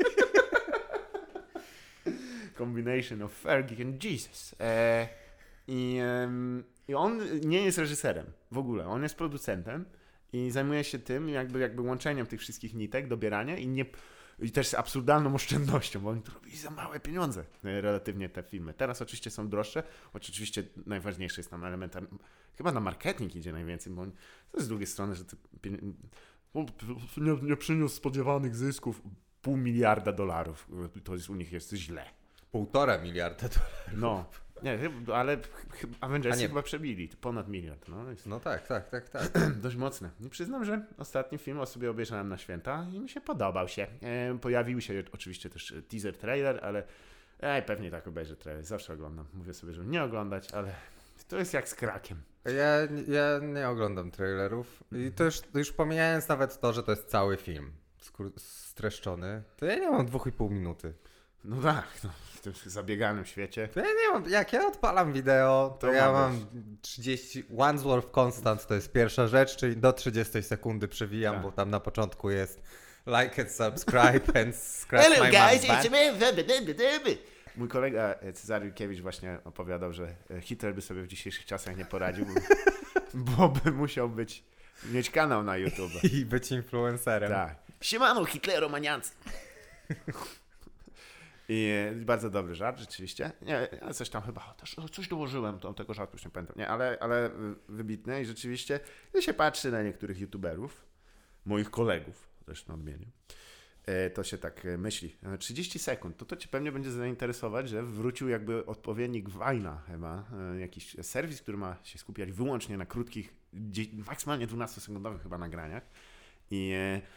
Combination of Fergie and Jesus. E, i, e, I on nie jest reżyserem w ogóle. On jest producentem i zajmuje się tym jakby, jakby łączeniem tych wszystkich nitek, dobierania i, nie, i też z absurdalną oszczędnością, bo oni to robili za małe pieniądze relatywnie te filmy. Teraz oczywiście są droższe, choć oczywiście najważniejszy jest tam element, chyba na marketing idzie najwięcej, bo to z drugiej strony, że te pieniądze, nie, nie przyniósł spodziewanych zysków pół miliarda dolarów. To jest, u nich jest źle. Półtora miliarda dolarów. No, nie, ale Avengersi nie. chyba przebili, ponad miliard. No, jest No tak, tak, tak, tak. dość mocne. I przyznam, że ostatni film o sobie obejrzałem na święta i mi się podobał się. E, pojawił się oczywiście też teaser, trailer, ale ej, pewnie tak obejrzę trailer. Zawsze oglądam. Mówię sobie, żeby nie oglądać, ale to jest jak z krakiem. Ja, ja nie oglądam trailerów i to już, to już pomijając nawet to, że to jest cały film skur- streszczony, to ja nie mam dwóch i pół minuty. No tak, no, w tym zabieganym świecie. To ja nie mam, jak ja odpalam wideo, to, To ja mam mam trzydzieści, Wandsworth Constant to jest pierwsza rzecz, czyli do trzydziestej sekundy przewijam, Tak. bo tam na początku jest like and subscribe and scratch Hello my guys, mom's it's back. me. Mój kolega Cezary Jurkiewicz właśnie opowiadał, że Hitler by sobie w dzisiejszych czasach nie poradził, bo by musiał być, mieć kanał na YouTube. I być influencerem. Tak. Siemano Hitleromaniacy. I bardzo dobry żart, rzeczywiście. Nie, ja coś tam chyba, też coś dołożyłem, to, tego żartu już nie pamiętam. Nie, ale, ale wybitne i rzeczywiście, gdy się patrzy na niektórych youtuberów, moich kolegów, też na odmieniu, to się tak myśli. trzydzieści sekund, to to cię pewnie będzie zainteresować, że wrócił jakby odpowiednik Vine'a chyba, jakiś serwis, który ma się skupiać wyłącznie na krótkich, maksymalnie dwunastosekundowych chyba nagraniach. I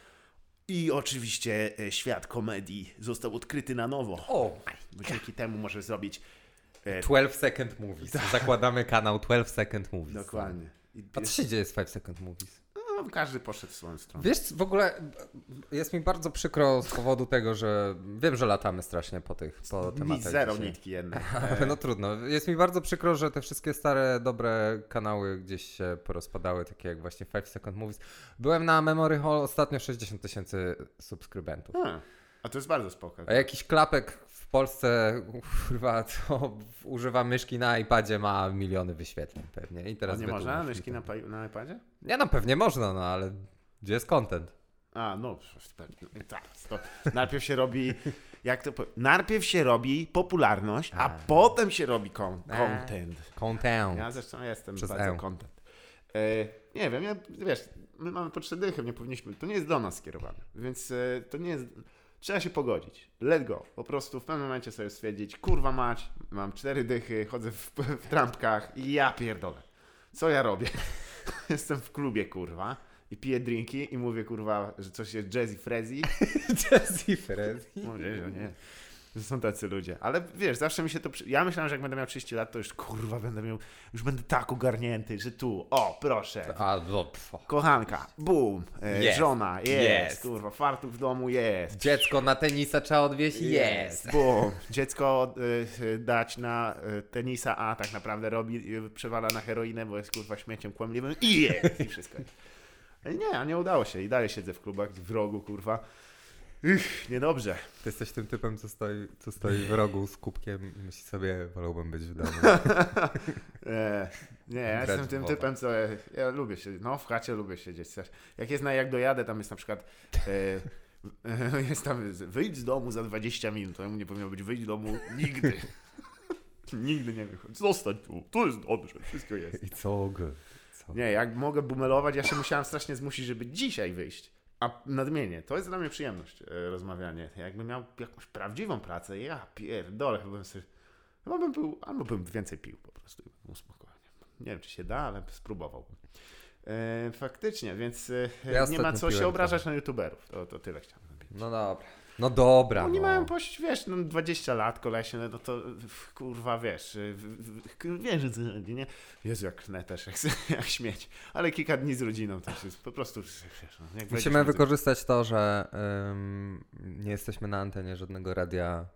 I oczywiście świat komedii został odkryty na nowo. O! Bo dzięki temu może zrobić e, twelve second movies. Zakładamy kanał twelve second movies. Dokładnie. I, A co się dzieje z five second movies? No, każdy poszedł w swoją stronę. Wiesz, w ogóle jest mi bardzo przykro z powodu tego, że wiem, że latamy strasznie po tych po tematach. Nic, zero dzisiaj. nitki jednak. No trudno. Jest mi bardzo przykro, że te wszystkie stare, dobre kanały gdzieś się porozpadały, takie jak właśnie five second movies. Byłem na Memory Hall, ostatnio sześćdziesiąt tysięcy subskrybentów. A, a to jest bardzo spoko. A jakiś klapek w Polsce, kurwa, to używa myszki na iPadzie, ma miliony wyświetleń pewnie. I teraz a nie można myszki na, na iPadzie? Nie, no pewnie można, no ale gdzie jest content? A, no, tak. To najpierw się robi, jak to po... Najpierw się robi popularność, a, a potem się robi con- content. Content. Ja zresztą jestem Przez bardzo E. content. E, nie wiem, ja, wiesz, my mamy po trzy dychy, nie powinniśmy, to nie jest do nas skierowane, więc e, to nie jest, trzeba się pogodzić. Let go. Po prostu w pewnym momencie sobie stwierdzić, kurwa mać, mam cztery dychy, chodzę w, w trampkach i ja pierdolę. Co ja robię? Jestem w klubie, kurwa. I piję drinki i mówię, kurwa, że coś jest jazzy frezzy. Jazzy frezzy? Mówię, że nie. Że są tacy ludzie. Ale wiesz, zawsze mi się to... Przy... Ja myślałem, że jak będę miał trzydzieści lat, to już kurwa będę miał... Już będę tak ogarnięty, że tu, o, proszę. A, no, pfo. Kochanka, boom, e, Jest. żona, jest, Jest. kurwa, fartuch w domu, jest. Dziecko na tenisa trzeba odwieźć? Jest. Boom. Dziecko y, dać na y, tenisa, a tak naprawdę robi, y, przewala na heroinę, bo jest kurwa śmieciem kłamliwym i jest. I wszystko jest. Ale nie, a nie udało się i dalej siedzę w klubach, w rogu, kurwa. Ych, niedobrze. Ty jesteś tym typem, co stoi, co stoi w rogu z kubkiem i myśli sobie, wolałbym być w domu. e, nie, ja Grać jestem w tym wodę. typem, co ja, ja lubię się, no w chacie lubię siedzieć. Jak jest na jak dojadę, tam jest na przykład e, jest tam wyjdź z domu za dwadzieścia minut, to ja mu nie powinno być wyjdź z domu nigdy. Nigdy nie wychodź. Zostań tu, tu jest dobrze, wszystko jest. It's all good. It's all Nie, jak mogę bumelować, ja się musiałem strasznie zmusić, żeby dzisiaj wyjść. A nadmienię, to jest dla mnie przyjemność e, rozmawianie. Jakbym miał jakąś prawdziwą pracę, ja pierdolę, chyba bym sobie, chyba bym był, albo bym więcej pił po prostu i bym był spokojnie. Nie wiem, czy się da, ale spróbowałbym. E, faktycznie, więc e, Ja nie ma ostatnio co się piłem obrażać trochę na youtuberów. To, to tyle chciałem powiedzieć. No dobra. No dobra, Oni no. mają pość, wiesz, no dwadzieścia lat, kolesie, no to kurwa, wiesz, wiesz, że co chodzi, nie? Jezu, jak knę też, jak, jak śmieć. Ale kilka dni z rodziną też jest po prostu, wiesz, no, jak musimy wykorzystać to, że ym, nie jesteśmy na antenie żadnego radia.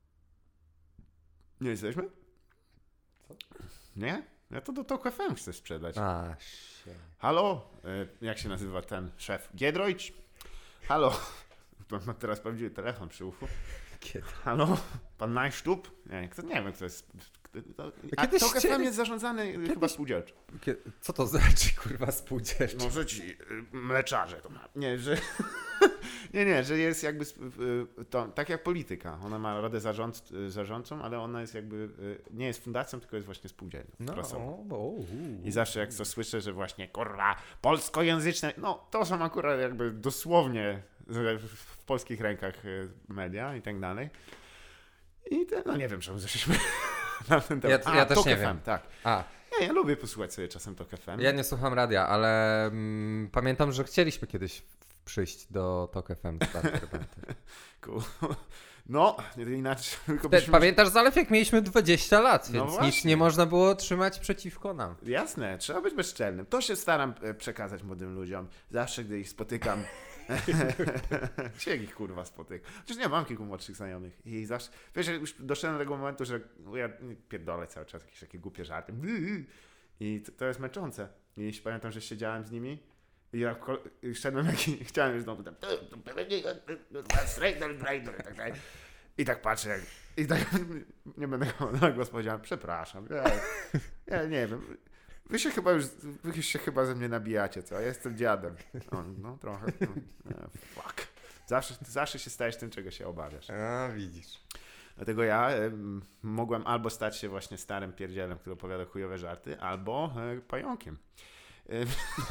Nie jesteśmy? Co? Nie? Ja to do Tok F M chcę sprzedać. A, się. Halo? Y, jak się nazywa ten szef? Giedroyć? Halo? Mam teraz prawdziwy telefon przy uchu. Kiedy? Halo? Pan Najsztub? Nie, kto, nie wiem, kto jest. A Tok F M jest zarządzany Kiedyś... chyba spółdzielczo. Kiedy... Co to znaczy, kurwa, spółdzielczo? Może ci mleczarze to ma. Nie, że. nie, nie, że jest jakby. To, tak jak polityka. Ona ma radę zarząd, zarządczą, ale ona jest jakby. Nie jest fundacją, tylko jest właśnie spółdzielnią. No, o, o, I zawsze jak to słyszę, że właśnie kurwa polskojęzyczne. No to są akurat jakby dosłownie w polskich rękach media i tak dalej. I te, no nie wiem, czemu zeszliśmy na ten temat. Ja, ja A, też Tok nie F M, wiem. tak. A. Ja, ja lubię posłuchać sobie czasem Tok F M. Ja nie słucham radia, ale mm, pamiętam, że chcieliśmy kiedyś przyjść do Tok F M. cool. No, inaczej. Tylko Te, byśmy... Pamiętasz, Zalew, jak mieliśmy dwadzieścia lat, no więc właśnie. nic nie można było trzymać przeciwko nam. Jasne, trzeba być bezczelnym. To się staram przekazać młodym ludziom. Zawsze, gdy ich spotykam. Gdzie ich kurwa spotykam? Przecież nie, mam kilku młodszych znajomych i zawsze, wiesz, już doszedłem do tego momentu, że ja pierdolę cały czas jakieś takie głupie żarty i to, to jest męczące. I pamiętam, że siedziałem z nimi i ja i szedłem jak i chciałem już znowu tam i tak patrzę jak, i tak nie będę na głos powiedziałem, przepraszam, ja, ja nie wiem. Wy się chyba już, wy się chyba ze mnie nabijacie, co? Ja jestem dziadem. No, no trochę. No, fuck. Zawsze, zawsze się stajesz tym, czego się obawiasz. A, widzisz. Dlatego ja y, mogłem albo stać się właśnie starym pierdzielem, który opowiada chujowe żarty, albo y, pająkiem. Y,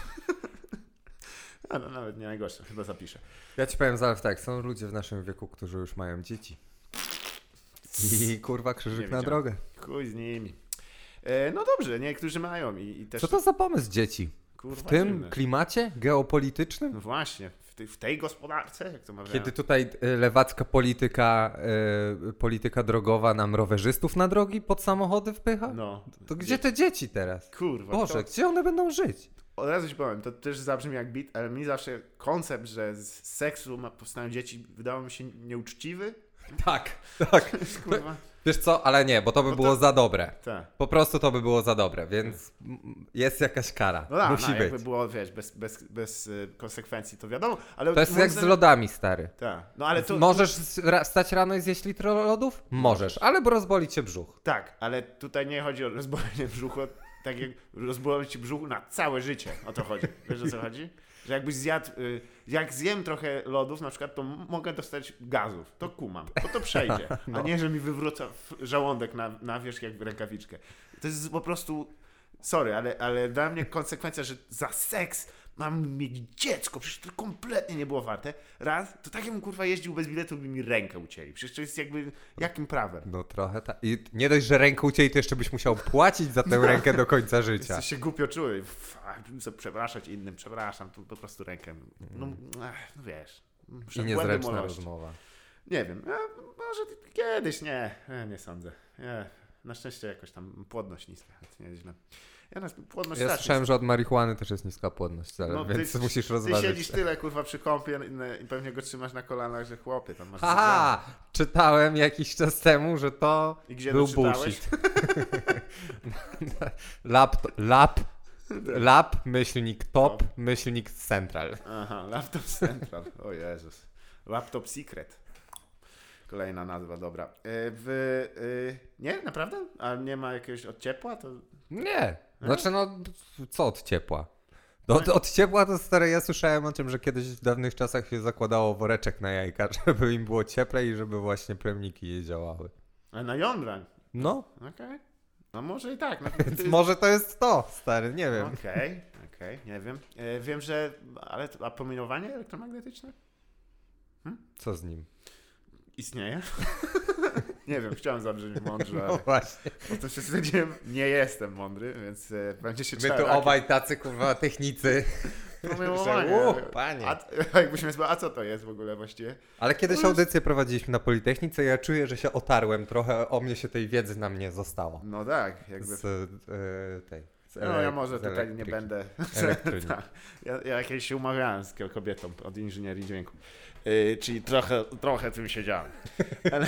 no, no, nawet nie najgorsze, chyba zapiszę. Ja ci powiem, Zalew, tak, są ludzie w naszym wieku, którzy już mają dzieci. I kurwa krzyżyk na drogę. Chuj z nimi. No dobrze, niektórzy mają i, i też... Co to za pomysł dzieci? Kurwa, w tym dziwne. klimacie geopolitycznym? No właśnie, w tej, w tej gospodarce, jak to mawiają. Kiedy tutaj lewacka polityka, y, polityka drogowa nam rowerzystów na drogi pod samochody wpycha? No. To gdzie te dzieci teraz? Kurwa. Boże, to... gdzie one będą żyć? Od razu ci powiem, to też zabrzmi jak bit, ale mi zawsze koncept, że z seksu powstają dzieci, wydawał mi się nieuczciwy. Tak, tak. Kurwa. Wiesz co, ale nie, bo to by no było to... za dobre. Tak. Po prostu to by było za dobre, więc jest jakaś kara. No tak, musi no, być. jakby było, wiesz, bez, bez, bez konsekwencji, to wiadomo. Ale to jest jak z lodami, stary. Tak. No, ale to... Możesz stać rano i zjeść litr lodów? Możesz, ale bo rozboli cię brzuch. Tak, ale tutaj nie chodzi o rozbolenie brzuchu, tak jak rozboli ci brzuch na całe życie. O to chodzi. Wiesz, o co chodzi? Że jakbyś zjadł, jak zjem trochę lodów na przykład, to mogę dostać gazów. To kumam, bo to przejdzie. No. A nie, że mi wywróca żołądek na, na wierzch jak w rękawiczkę. To jest po prostu, sorry, ale, ale dla mnie konsekwencja, że za seks mam mieć dziecko, przecież to kompletnie nie było warte. Raz, to tak jakbym kurwa jeździł bez biletu, by mi rękę ucięli. Przecież to jest jakby, jakim prawem? No trochę tak. I nie dość, że rękę ucięli, to jeszcze byś musiał płacić za tę no. rękę do końca życia. Jesteś się głupio czuły. Przepraszać innym, przepraszam, tu po prostu rękę. No, ach, no wiesz. I niezręczna rozmowa. Nie wiem, ja, może kiedyś, nie, ja nie sądzę. Ja, na szczęście jakoś tam płodność niska, nieźle. Ja, płodność ja słyszałem, że od marihuany też jest niska płodność, ale, no, więc ty, musisz rozważyć. Ty siedzisz tyle kurwa przy kąpie i pewnie go trzymasz na kolanach, że chłopie tam masz... Aha, czytałem jakiś czas temu, że to I gdzie był bullshit. lap, lap, lap, myślnik top, top, myślnik central. Aha, laptop central, o Jezus. Laptop secret. Kolejna nazwa, dobra. Yy, w, yy, nie, naprawdę? A nie ma jakiegoś od ciepła? To... Nie. Znaczy no, co od ciepła? Od, od ciepła to stare, ja słyszałem o tym, że kiedyś w dawnych czasach się zakładało woreczek na jajka, żeby im było cieplej i żeby właśnie plemniki je działały. A na jądra? No. Okej. Okay. No może i tak. No, Więc jest... może to jest to, stary, nie wiem. Okej, okay, okej, okay, nie wiem. E, wiem, że... Ale a promieniowanie elektromagnetyczne? Hm? Co z nim? Istnieje? Nie wiem, chciałem zabrzmieć mądrze, no ale właśnie. potem się stwierdziłem, nie jestem mądry, więc e, będzie się My trzeba... tu obaj tacy kurwa technicy. Promieniowanie. O, panie. A, a jakbyśmy sobie, a co to jest w ogóle właściwie? Ale kiedyś No, audycję prowadziliśmy na Politechnice i ja czuję, że się otarłem trochę, o mnie się tej wiedzy na mnie zostało. No tak, jakby... Z e, tej. Z No ja może tutaj elektryki. nie będę... Elektryki. Tak. ja, ja jakieś się umawiałem z kobietą od inżynierii dźwięku. Yy, czyli trochę, trochę tym siedziałem. Ale...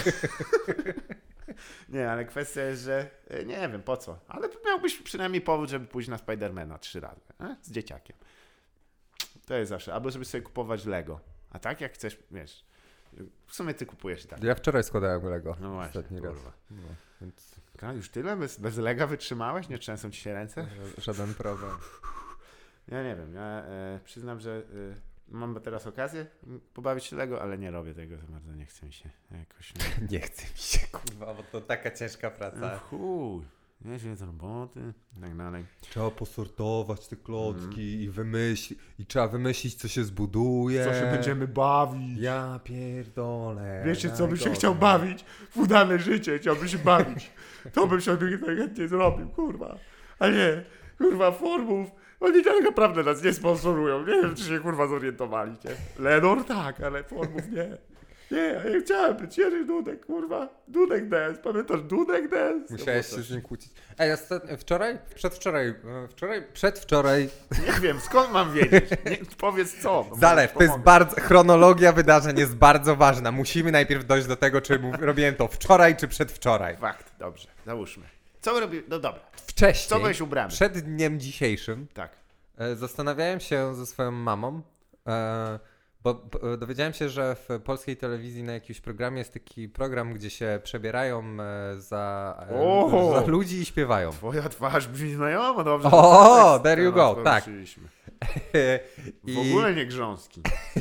nie, ale kwestia jest, że yy, nie wiem po co. Ale miałbyś przynajmniej powód, żeby pójść na Spidermana trzy razy. E? Z dzieciakiem. To jest zawsze. Albo żeby sobie kupować Lego. A tak jak chcesz, wiesz... W sumie ty kupujesz i tak. Ja wczoraj składałem Lego. No właśnie, ostatni raz. kurwa. No, więc A, już tyle? Bez, bez Lega wytrzymałeś? Nie trzęsą ci się ręce? żaden problem. Ja nie wiem, ja e, przyznam, że e, mam teraz okazję pobawić się Lego, ale nie robię tego za bardzo, nie chcę mi się jakoś... Nie, Nie chce mi się, kurwa, bo to taka ciężka praca. no, chuj, nie się z roboty i tak dalej. Trzeba posortować te klocki mm. i wymyślić, i trzeba wymyślić, co się zbuduje. Co się będziemy bawić? Ja pierdolę. Wiecie, co bym się chciał bawić? W udane życie chciałbym się bawić. To bym się chętnie zrobił, kurwa. A nie, kurwa, formów. Oni tak naprawdę nas nie sponsorują. Nie wiem, czy się kurwa zorientowaliście. Lenor tak, ale formów nie. Nie, ja nie chciałem być Jerzy Dudek, kurwa. Dudek Dance, pamiętasz Dudek Dance? Musiałeś się z nim kłócić. Ej, ostatnio, wczoraj? Przedwczoraj, e, wczoraj, przedwczoraj. Nie wiem, skąd mam wiedzieć? Nie, powiedz co. No Zalew, to jest bardzo, chronologia wydarzeń jest bardzo ważna. Musimy najpierw dojść do tego, czy mów, robiłem to wczoraj, czy przedwczoraj. Fakt, dobrze, załóżmy. Co robię? No dobra. Wcześniej, Co byłeś ubrany? przed dniem dzisiejszym, Tak. e, zastanawiałem się ze swoją mamą, e, bo b, dowiedziałem się, że w polskiej telewizji na jakimś programie jest taki program, gdzie się przebierają e, za, e, za ludzi i śpiewają. Twoja twarz brzmi znajomo, dobrze. O, there you go, no, tak. W ogóle nie grząski.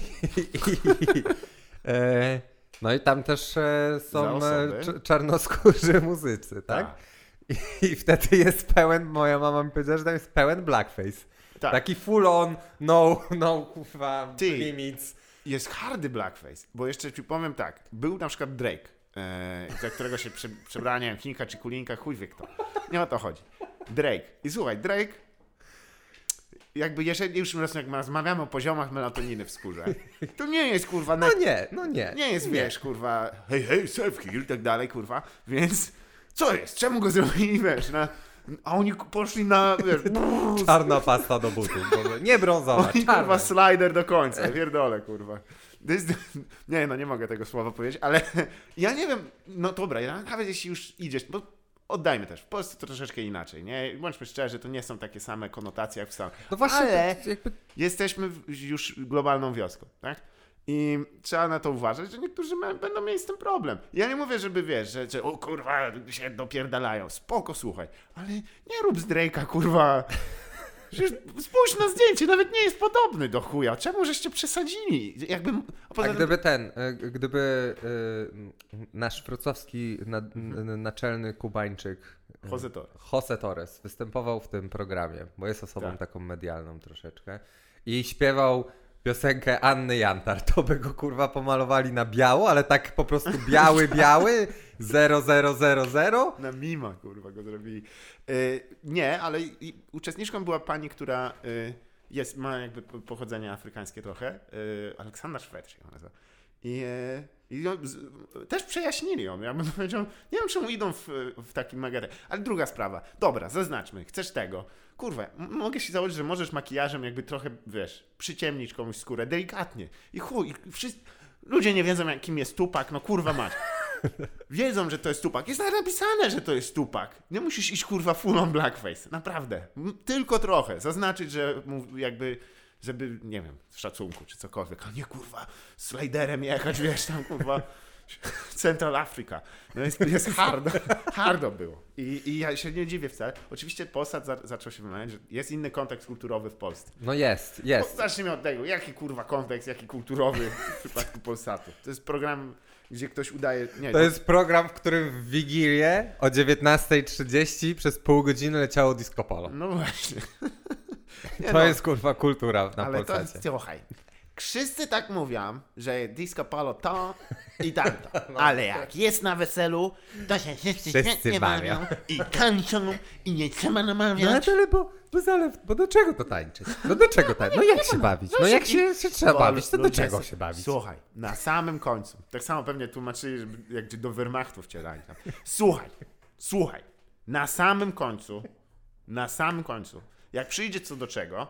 e, no i tam też e, są Za e, cz- czarnoskórzy muzycy, tak? Tak. I, I wtedy jest pełen, moja mama mi powiedziała, że tam jest pełen blackface. Tak. Taki full on, no, no, kurwa, Ty. limits. Jest hardy blackface, bo jeszcze ci powiem tak, był na przykład Drake, e, za którego się prze, przebrała, nie wiem, Chinka czy Kulinka, chuj wie kto. Nie o to chodzi. Drake. I słuchaj, Drake, jakby jeżeli już jak rozmawiamy o poziomach melatoniny w skórze, to nie jest kurwa... No nie, no nie. Nie jest, wiesz, kurwa, hej, hej, self-heal i tak dalej, kurwa, więc co jest? Czemu go zrobili, wiesz, na... A oni poszli na, wiesz... Czarna pasta do butów, Boże. Nie brązowa, Oni, czarna. kurwa, slider do końca, pierdolę, kurwa. Jest, nie, no nie mogę tego słowa powiedzieć, ale ja nie wiem, no dobra, ja nawet jeśli już idziesz, bo oddajmy też, w Polsce to troszeczkę inaczej, nie? Bądźmy szczerzy, to nie są takie same konotacje jak w Stanach. No właśnie, ale to jakby... jesteśmy już globalną wioską, tak? I trzeba na to uważać, że niektórzy ma, będą mieli z tym problem. Ja nie mówię, żeby wiesz, że, że o kurwa się dopierdalają. Spoko, słuchaj. Ale nie rób z Drake'a, kurwa. Przecież spójrz na zdjęcie, nawet nie jest podobny do chuja. Czemu żeście przesadzili? Jakby, a poza A tym... gdyby ten, y, gdyby y, nasz wrocławski na, naczelny Kubańczyk y, Jose Torres. Jose Torres występował w tym programie, bo jest osobą Tak. taką medialną troszeczkę i śpiewał piosenkę Anny Jantar, to by go kurwa pomalowali na biało, ale tak po prostu biały, biały, zero zero zero zero. Na mima, kurwa, go zrobili. Yy, nie, ale i, uczestniczką była pani, która yy, jest, ma jakby pochodzenie afrykańskie trochę. Yy, Aleksandra Szwed się nazywa. I, yy, i ją, z, też przejaśnili ją. Ja bym powiedział, nie wiem czemu idą w, w takim megadę. Ale druga sprawa. Dobra, zaznaczmy. Chcesz tego. Kurwa, m- mogę się założyć, że możesz makijażem jakby trochę, wiesz, przyciemnić komuś skórę. Delikatnie. I chuj, i wszyscy... Ludzie nie wiedzą, kim jest Tupak. No kurwa mać. Wiedzą, że to jest Tupak. Jest nawet napisane, że to jest Tupak. Nie musisz iść, kurwa, full on blackface. Naprawdę. M- tylko trochę. Zaznaczyć, że mu jakby, żeby, nie wiem, w szacunku czy cokolwiek. A nie, kurwa, sliderem jechać, wiesz, tam, kurwa, Central Africa. No jest, jest hardo. Hardo było. I, I ja się nie dziwię wcale. Oczywiście Polsat za, zaczął się wymawiać, że jest inny kontekst kulturowy w Polsce. No jest, jest. Zacznijmy od tego. Jaki, kurwa, kontekst, jaki kulturowy w przypadku Polsatu? To jest program... gdzie ktoś udaje... Nie, to jest program, w którym w Wigilię o dziewiętnasta trzydzieści przez pół godziny leciało disco polo. No właśnie. Nie to no, jest kurwa kultura na ale Polsacie. to jest, słuchaj, wszyscy tak mówią, że disco polo to i tamto, ale jak jest na weselu, to się wszyscy świetnie bawią i tańczą i nie trzeba namawiać. No ale bo, bo, zalew, bo do czego to tańczyć? No do czego tańczyć? No jak się bawić? No jak się, się trzeba bawić, to do czego się bawić? Słuchaj, na samym końcu, tak samo pewnie tłumaczyli, jak do Wehrmachtu wcielali tam. Słuchaj, słuchaj, na samym końcu, na samym końcu, jak przyjdzie co do czego,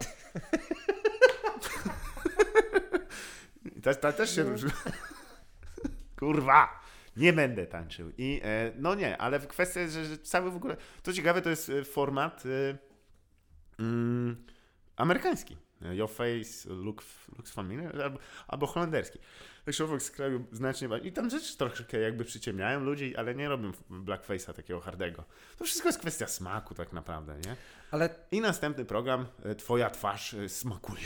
ta, ta też się... Kurwa! Nie będę tańczył. I e, no nie, ale kwestia jest, że, że cały w ogóle... To ciekawe, to jest format y, mm, amerykański. Your face look, looks familiar, albo, albo holenderski. Tak człowiek z kraju znacznie bardziej. I tam rzeczy troszkę jakby przyciemniają ludzi, ale nie robią blackface'a takiego hardego. To wszystko jest kwestia smaku tak naprawdę, nie? Ale... I następny program, twoja twarz smakuje.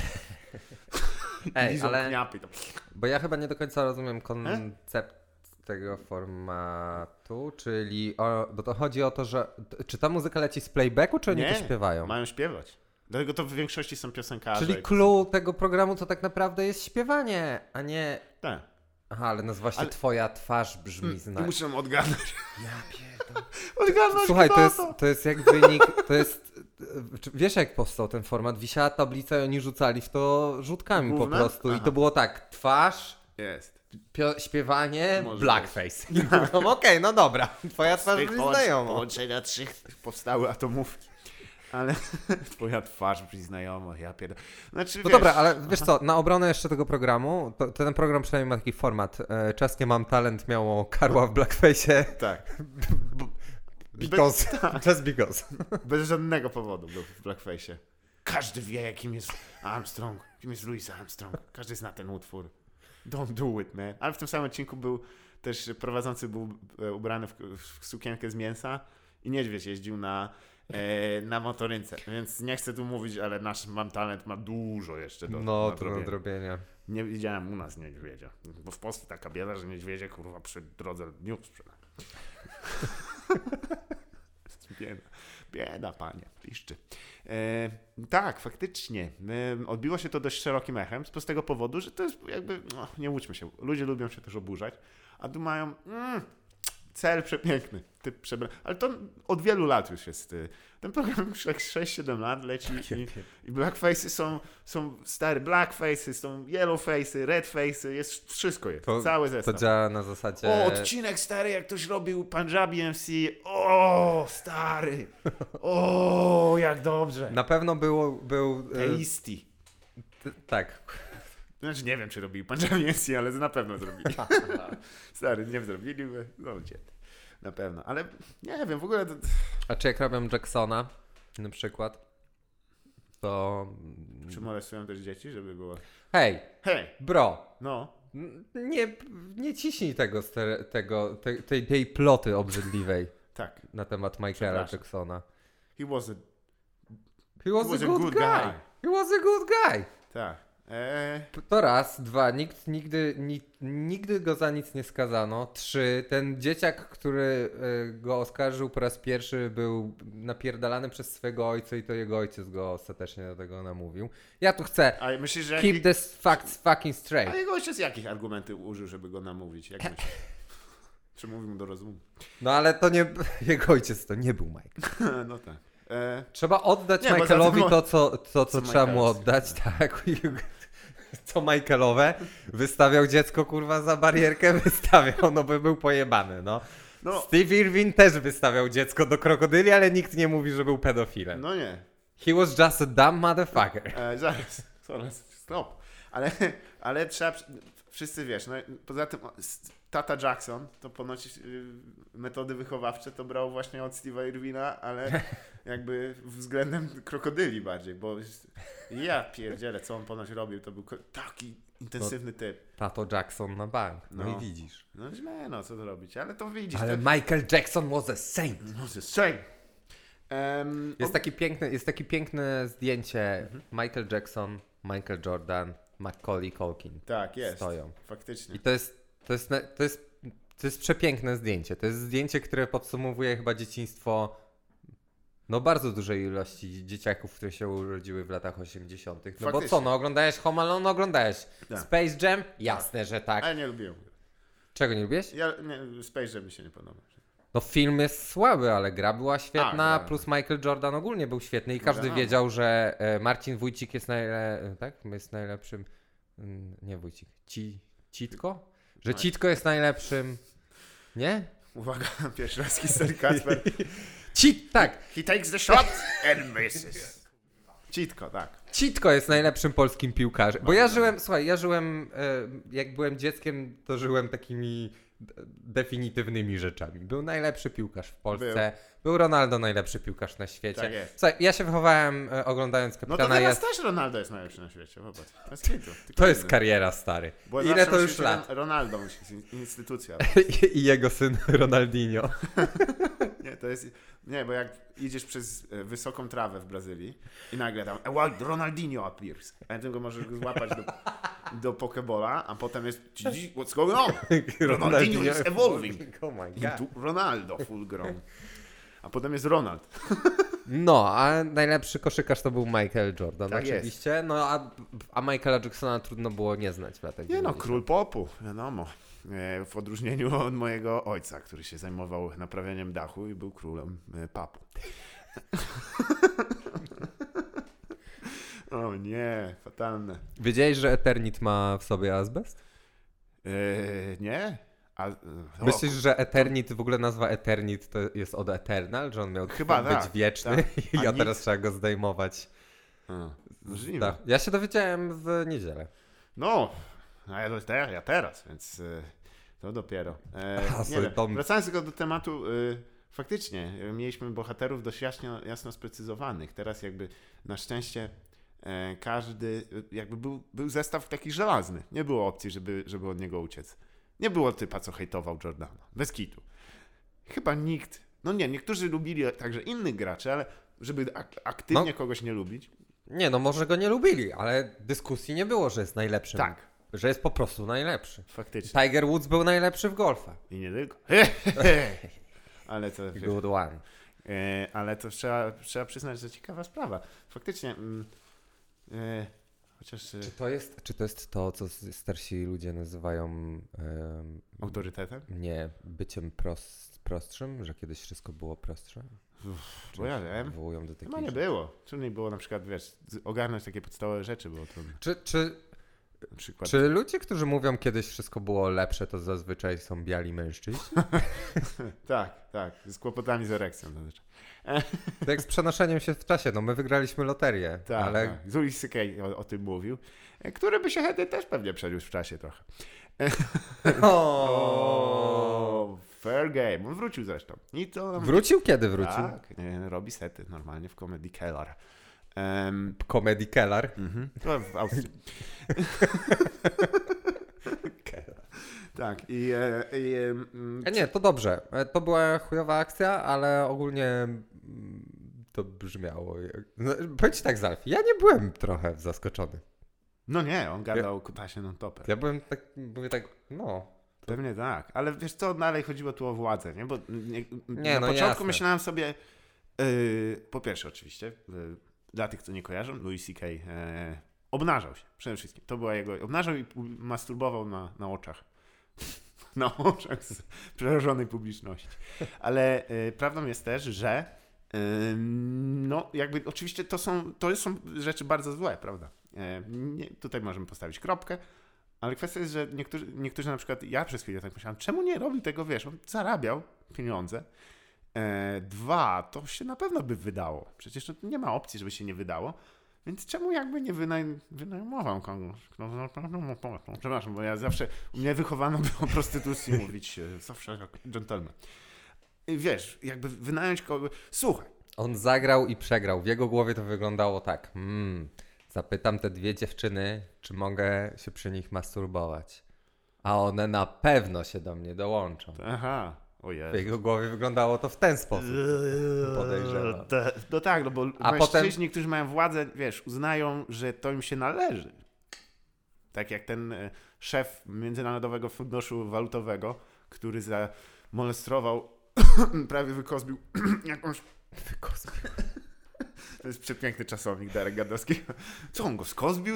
Ej, ale... Bo ja chyba nie do końca rozumiem koncept e? tego formatu, czyli... O, bo to chodzi o to, że... Czy ta muzyka leci z playbacku, czy oni nie, to śpiewają? Mają śpiewać. Dlatego to w większości są piosenkarze. Czyli clue tego programu to tak naprawdę jest śpiewanie, a nie... Tak. Aha, ale nazywa się ale... Twoja twarz brzmi znacznie. Muszę odgadnąć. Ja pierdolę. Odgadnąć. Słuchaj, to jest, to jest jak wynik, to jest... Wiesz jak powstał ten format? Wisiała tablica i oni rzucali w to rzutkami Główne? po prostu. Aha. I to było tak, twarz, jest. Pio- śpiewanie, Może blackface. Okej, okay, no dobra. Twoja twarz brzmi znajomo. Połączenia trzech powstały atomówki. Ale twoja twarz brzmi znajomo, ja pierdolę. Znaczy, no wiesz, dobra, ale wiesz co, na obronę jeszcze tego programu, to, ten program przynajmniej ma taki format. Czas nie mam talent miało Karła w blackface'ie. Tak. Because. Bez, tak. Just because. Bez żadnego powodu był w blackface'ie. Każdy wie, kim jest Armstrong, kim jest Louis Armstrong. Każdy zna ten utwór. Don't do it, man. Ale w tym samym odcinku był też prowadzący był ubrany w, w sukienkę z mięsa i niedźwiedź jeździł na, e, na motorynce. Więc nie chcę tu mówić, ale nasz Mam Talent ma dużo jeszcze do No, to nadrobienia. Nie widziałem u nas niedźwiedzia. Bo w Polsce taka bieda, że niedźwiedzie kurwa przy drodze miód sprzeda. Bieda, bieda, panie, piszczy. E, tak, faktycznie. E, odbiło się to dość szerokim echem z prostego powodu, że to jest jakby, no, nie łudźmy się, ludzie lubią się też oburzać, a tu mają mm, cel przepiękny, typ przebra... ale to od wielu lat już jest. Ten program już jak sześć siedem lat leci i, i blackface'y są, są stare blackface'y, są yellowface'y, redface'y, jest, wszystko jest, to, cały zestaw. To działa na zasadzie... O, odcinek stary, jak ktoś robił Punjabi M C, o, stary, o, jak dobrze. Na pewno było, był... Tasty. T- tak. Znaczy nie wiem, czy robili Punjabi M C, ale na pewno zrobili. Stary, nie zrobili, no cię. Na pewno, ale nie wiem, w ogóle... To... A czy jak robią Jacksona na przykład, to... Czy molestują też dzieci, żeby było... Hej, hej, bro, no. Nie, nie ciśnij tego, tego tej, tej, tej ploty obrzydliwej tak. na temat Michaela Jacksona. He was a... He was, he was a, a good, good guy. guy. He was a good guy. Tak. Eee. To raz, dwa, nikt nigdy, ni, nigdy go za nic nie skazano. Trzy, ten dzieciak, który y, go oskarżył po raz pierwszy, był napierdalany przez swego ojca i to jego ojciec go ostatecznie do tego namówił. Ja tu chcę a myślisz, że keep jaki... the facts fucking straight. A jego ojciec jakich argumentów użył, żeby go namówić? Jak myślisz? Czy mówił mu do rozumu? No ale to nie, jego ojciec to nie był Mike. No tak. E... Trzeba oddać nie, Michaelowi to, co, to, co, co trzeba mu oddać, tak. Co Michaelowe, wystawiał dziecko kurwa za barierkę, wystawiał, no by był pojebany, no. no. Steve Irwin też wystawiał dziecko do krokodyli, ale nikt nie mówi, że był pedofilem. No nie. He was just a dumb motherfucker. E, zaraz, zaraz, stop. Ale, ale trzeba, wszyscy wiesz, no poza tym tata Jackson, to ponoć y, metody wychowawcze to brał właśnie od Steve'a Irwina, ale jakby względem krokodyli bardziej, bo ja pierdzielę, co on ponoć robił, to był taki intensywny no, typ. Tato Jackson na bank, no, no i widzisz. No źle, no co to robić, ale to widzisz. Ale to... Michael Jackson was a saint. Was a saint. Um, jest, taki piękny, jest takie piękne zdjęcie, mhm. Michael Jackson, Michael Jordan, Macaulay Culkin. Tak, jest. Stoją. Faktycznie. I to jest, to jest, to jest, to jest przepiękne zdjęcie. To jest zdjęcie, które podsumowuje chyba dzieciństwo No bardzo dużej ilości dzieciaków, które się urodziły w latach osiemdziesiątych. No Faktycznie. bo co, no oglądałeś Home Alone, no oglądałeś. Tak. Space Jam? Jasne, że tak. Ale nie lubiłem. Czego nie lubiłeś? Ja nie, Space Jam mi się nie podoba. No film jest słaby, ale gra była świetna, A, gra. plus Michael Jordan ogólnie był świetny i każdy Wiadomo. wiedział, że e, Marcin Wójcik jest, najle... tak? jest najlepszym, mm, nie Wójcik, Ci... Citko? Że No. Citko jest najlepszym, nie? Uwaga, pierwszy raz historii Kacper. Cit, tak, He takes the shot and misses. Citko, tak. Citko jest najlepszym polskim piłkarzem, bo ja żyłem, słuchaj, ja żyłem, e, jak byłem dzieckiem, to żyłem takimi definitywnymi rzeczami. Był najlepszy piłkarz w Polsce. Był, był Ronaldo najlepszy piłkarz na świecie. Tak jest. Słuchaj, ja się wychowałem e, oglądając No Kapitana to teraz Jas... też Ronaldo jest najlepszy na świecie, popatrz. Bez kitu. To jest kariera, stary. Bo Ile zawsze to musi już być lat? Ronaldo musi być instytucja. I jego syn Ronaldinho. Nie, to jest... Nie, bo jak idziesz przez e, wysoką trawę w Brazylii i nagle tam e, wow, Ronaldinho appears. A tylko możesz go złapać do, do Pokebola, a potem jest what's going on? Ronaldinho is evolving Oh my God. into Ronaldo full grown. A potem jest Ronald. No, a najlepszy koszykarz to był Michael Jordan, Tak oczywiście. jest. No, a, a Michaela Jacksona trudno było nie znać w latach Nie no, dziewięćdziesiątych. król popu, wiadomo. E, w odróżnieniu od mojego ojca, który się zajmował naprawianiem dachu i był królem e, papu. O nie, fatalne. Wiedziałeś, że Eternit ma w sobie azbest? E, nie? A, o, Myślisz, że Eternit, w ogóle nazwa Eternit to jest od Eternal, że on miał Chyba być tak, wieczny tak. i A a nic? teraz trzeba go zdejmować. a, możliwe. Tak. Ja się dowiedziałem w niedzielę. No, a ja, te, ja teraz, więc e, to dopiero. E, A, nie sorry, wiem. Tom. Wracając tylko do tematu, e, faktycznie e, mieliśmy bohaterów dość jasno, jasno sprecyzowanych. Teraz jakby na szczęście e, każdy, e, jakby był, był zestaw taki żelazny. Nie było opcji, żeby, żeby od niego uciec. Nie było typa, co hejtował Jordana. Bez kitu. Chyba nikt, no nie, niektórzy lubili także innych graczy, ale żeby ak- aktywnie No. kogoś nie lubić. Nie, no może go nie lubili, ale dyskusji nie było, że jest najlepszym. Tak, Że jest po prostu najlepszy. faktycznie. Tiger Woods był najlepszy w golfa. I nie tylko. Ale to... Good one. E, ale to trzeba, trzeba przyznać, że ciekawa sprawa. Faktycznie, mm, e, chociaż e, Czy to jest, czy to jest to, co s- starsi ludzie nazywają em, autorytetem? nie byciem prost, prostszym, że kiedyś wszystko było prostsze? Czy Bo ja wiem. Wołują do Chyba takiej nie rzeczy? było. Trudniej było na przykład, wiesz, z- ogarnąć takie podstawowe rzeczy było trudne. Czy, czy, Na przykład. czy ludzie, którzy mówią kiedyś wszystko było lepsze, to zazwyczaj są biali mężczyźni? Tak, tak. Z kłopotami z erekcją zazwyczaj. To jak z przenoszeniem się w czasie, no my wygraliśmy loterię, Tak, ale tak. Louis C K o, o tym mówił. E, który by się chętnie też pewnie przeniósł w czasie trochę. O, fair game. On wrócił zresztą. I to nam... wrócił? Kiedy wrócił? Tak, nie, robi sety normalnie w Comedy Keller. Um, Comedy Kellar. mhm. To w Austrii. Tak, i... E, i e, mm, E, Nie, to dobrze. E, To była chujowa akcja, ale ogólnie mm, to brzmiało jak... No, powiem ci tak, Zalf, ja nie byłem trochę zaskoczony. no nie, on gadał o kutasie non-topper. Ja byłem tak, mówię tak, no. Pewnie tak, ale wiesz co, dalej chodziło tu o władzę, nie? Bo nie, Nie, na no początku jasne. myślałem sobie, yy, po pierwsze oczywiście, yy, dla tych, co nie kojarzą, Louis C K yy, obnażał się przede wszystkim. To była jego, obnażał i pu- masturbował na, na oczach. Na oczach z przerażonej publiczności. Ale yy, prawdą jest też, że yy, no jakby oczywiście to są, to są rzeczy bardzo złe, prawda? Yy, nie, tutaj możemy postawić kropkę. Ale kwestia jest, że niektórzy, niektórzy na przykład, ja przez chwilę tak myślałem, czemu nie robi tego, wiesz, on zarabiał pieniądze. E, dwa, to się na pewno by wydało. Przecież to nie ma opcji, żeby się nie wydało. Więc czemu jakby nie wynaj, wynajmował kogoś? Kto na pewno ma pomysł. Przepraszam, bo ja zawsze, u mnie wychowano by o prostytucji mówić, e, zawsze jak gentleman. I wiesz, jakby wynająć kogoś, słuchaj. On zagrał i przegrał. W jego głowie to wyglądało tak. Mm, zapytam te dwie dziewczyny, czy mogę się przy nich masturbować. A one na pewno się do mnie dołączą. Aha, o W Jezu. jego głowie wyglądało to w ten sposób. Podejrzewam. Te- No tak, no bo A mężczyźni, potem- którzy mają władzę, wiesz, uznają, że to im się należy. Tak jak ten e, szef Międzynarodowego Funduszu Walutowego, który zamolestrował, prawie wykozbił jakąś Wykosmił. To jest przepiękny czasownik Darek Gadowski. Co, on go skosbił?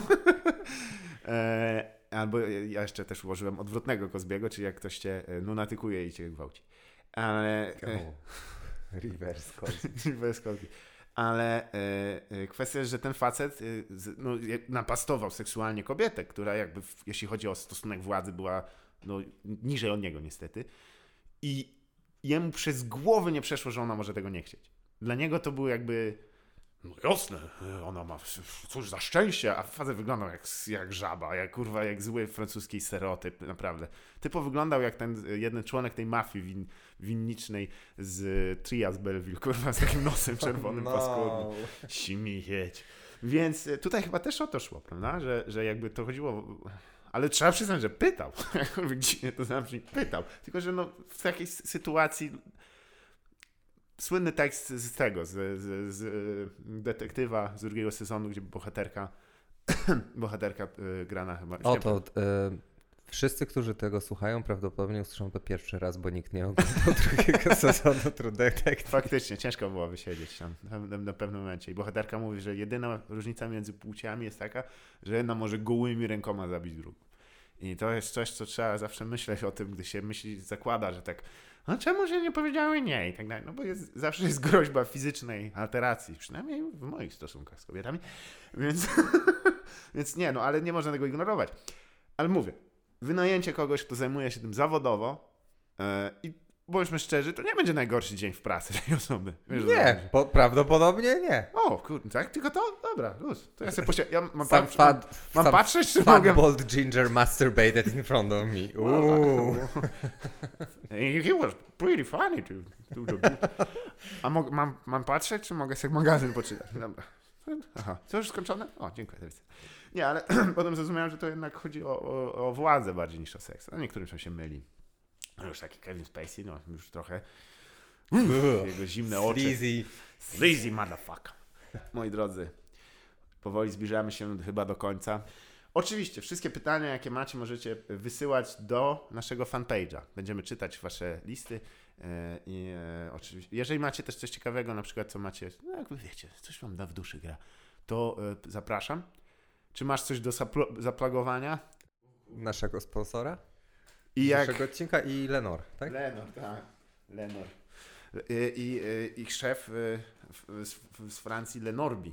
e, albo ja jeszcze też ułożyłem odwrotnego Cosbiego, czyli jak ktoś cię lunatykuje i cię gwałci. Ale... E, Reverse Cosby. Reverse Cosby. Ale e, e, kwestia jest, że ten facet e, z, no, napastował seksualnie kobietę, która jakby, w, jeśli chodzi o stosunek władzy, była no, niżej od niego niestety. I jemu przez głowę nie przeszło, że ona może tego nie chcieć. Dla niego to było jakby, no jasne, ona ma, cóż za szczęście, a facet wyglądał jak, jak żaba, jak kurwa, jak zły francuski stereotyp, naprawdę. Typo wyglądał jak ten jeden członek tej mafii win, winnicznej z Tria z Belleville, kurwa, z takim nosem czerwonym, no. Paskudnym. Simieć. Więc tutaj chyba też o to szło, prawda, że, że jakby to chodziło... Ale trzeba przyznać, że pytał. Jakkolwiek dziwnie to zabrzmi, pytał. Tylko, że no, w takiej sytuacji... Słynny tekst z tego, z, z, z detektywa z drugiego sezonu, gdzie bohaterka bohaterka y, grana chyba... O, to y, wszyscy, którzy tego słuchają, prawdopodobnie usłyszą to pierwszy raz, bo nikt nie oglądał drugiego sezonu True Detective. Faktycznie, ciężko było wysiedzieć tam na, na pewnym momencie. I bohaterka mówi, że jedyna różnica między płciami jest taka, że jedna może gołymi rękoma zabić drugą. I to jest coś, co trzeba zawsze myśleć o tym, gdy się myśli, zakłada, że tak, no czemu się nie powiedziały nie i tak dalej. No bo jest, zawsze jest groźba fizycznej alteracji, przynajmniej w moich stosunkach z kobietami. Więc, więc nie, no ale nie można tego ignorować. Ale mówię, wynajęcie kogoś, kto zajmuje się tym zawodowo yy, i bądźmy szczerzy, to nie będzie najgorszy dzień w pracy tej osoby. Wiesz, nie, po, prawdopodobnie nie. O, kurde, tak? Tylko to? Dobra, luz. To ja sobie poświę... Ja mam, Some pat... fat, mam, mam patrzeć, czy fat mogę... bald ginger masturbated in front of me. Ooh. He was pretty funny to do the... A mo- mam, mam patrzeć, czy mogę sobie magazyn poczytać? Dobra. Aha, co już skończone? O, dziękuję. Nie, ale potem zrozumiałem, że to jednak chodzi o, o, o władzę bardziej niż o seks. A niektórym się myli. No już taki Kevin Spacey, no już trochę Uff, jego zimne oczy. Sleazy. Sleazy motherfucker. Moi drodzy, powoli zbliżamy się chyba do końca. Oczywiście, wszystkie pytania, jakie macie, możecie wysyłać do naszego fanpage'a. Będziemy czytać wasze listy. I e, oczywiście, jeżeli macie też coś ciekawego, na przykład co macie, no jak wy wiecie, coś wam da w duszy gra, to e, zapraszam. Czy masz coś do zapl- zaplagowania? Naszego sponsora? I jak... Naszego odcinka i Lenor, tak? Lenor, tak. Lenor. I, i, i ich szef z, z Francji, Lenorbi.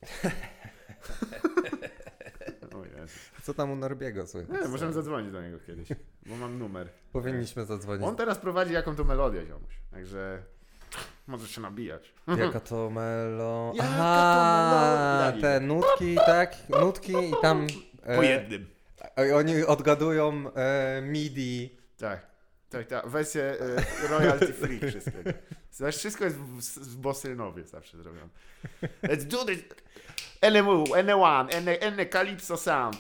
O Jezu. Co tam u Norbiego słychać? Nie, możemy zadzwonić do niego kiedyś, bo mam numer. Powinniśmy zadzwonić. On teraz prowadzi jaką to melodię, ziomuś. Także może się nabijać. Jaka to melo... Jaka Aha, to melodia. te nutki, tak? Nutki i tam... E, po jednym. E, oni odgadują e, midi. Tak. Tak, tak. Wersję e, royalty free wszystkiego. Zresztą wszystko jest w, w, w Bosynowie zawsze zrobione. Let's do this. N M U, N one, N, N Calypso Sound.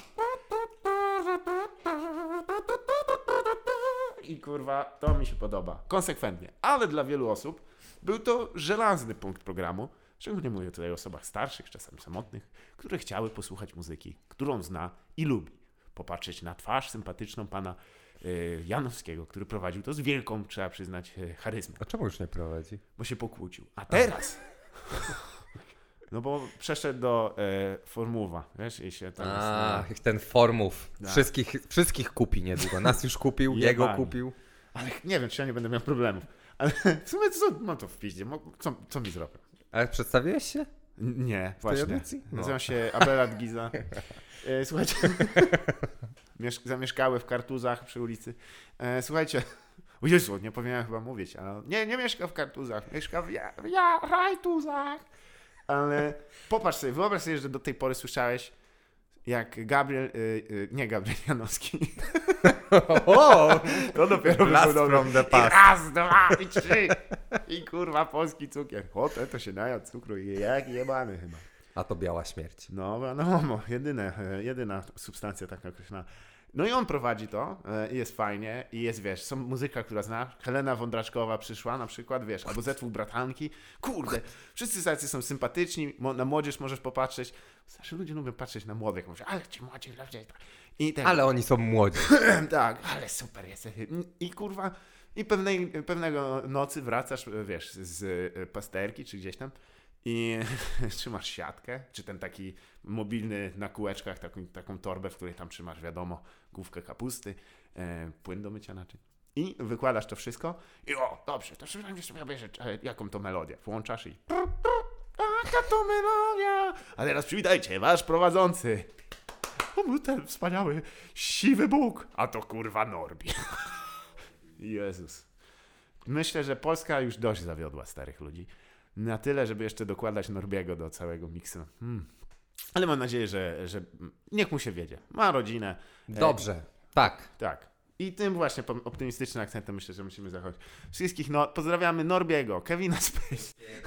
I kurwa, to mi się podoba. Konsekwentnie. Ale dla wielu osób był to żelazny punkt programu. Szczególnie mówię tutaj o osobach starszych, czasami samotnych, które chciały posłuchać muzyki, którą zna i lubi. Popatrzeć na twarz sympatyczną pana y, Janowskiego, który prowadził to z wielką, trzeba przyznać, y, charyzmą. A czemu już nie prowadzi? Bo się pokłócił. A teraz... No bo przeszedł do e, Formuła, wiesz, i się tam... A, jest, ten Formów. Da. Wszystkich, wszystkich kupi niedługo. Nas już kupił, jego kupił. Ale nie wiem, czy ja nie będę miał problemów. Ale w sumie co, mam to w piździe. Co, co mi zrobią? Ale przedstawiłeś się? N- nie, w właśnie. No. Nazywam się Abelard Giza. E, słuchajcie, Miesz- zamieszkały w Kartuzach przy ulicy. E, słuchajcie, o Jezu, nie powinienem chyba mówić, ale nie, nie mieszka w Kartuzach, mieszka w, ja, w ja, Rajtuzach. Ale popatrz sobie, wyobraź sobie, że do tej pory słyszałeś, jak Gabriel, y, y, nie Gabriel Janowski. O, to dopiero Blast from the past. I raz, dwa i trzy. I kurwa polski cukier. O, te to się najadł cukru i jak jebany chyba. A to biała śmierć. No, no, no jedyne, jedyna substancja taka określona. No i on prowadzi to i jest fajnie i jest, wiesz, są muzyka, która zna, Helena Wądraczkowa przyszła na przykład, wiesz, albo zespół Bratanki, kurde, wszyscy tacy są sympatyczni, na młodzież możesz popatrzeć, starsi ludzie lubią patrzeć na młodych, mówią, ale ci młodzi ludzie, i ten, ale oni są młodzi. tak, ale super jest, i kurwa, I pewnej, pewnego nocy wracasz, wiesz, z pasterki czy gdzieś tam i trzymasz siatkę, czy ten taki mobilny na kółeczkach, taką, taką torbę, w której tam trzymasz, wiadomo, główkę kapusty, e, płyn do mycia naczyń. I wykładasz to wszystko i o, dobrze, to przynajmniej sobie obejrzeć, jaką to melodię. Włączasz i jaka to melodia! A teraz przywitajcie, wasz prowadzący. O, był ten wspaniały, siwy Bóg, a to kurwa Norbi. Jezus. Myślę, że Polska już dość zawiodła starych ludzi. Na tyle, żeby jeszcze dokładać Norbiego do całego miksu. Hmm. Ale mam nadzieję, że, że niech mu się wiedzie. Ma rodzinę. Dobrze, e, tak. Tak. I tym właśnie optymistycznym akcentem myślę, że musimy zachodzić. Wszystkich no, pozdrawiamy Norbiego, Kevina Spacey'ego.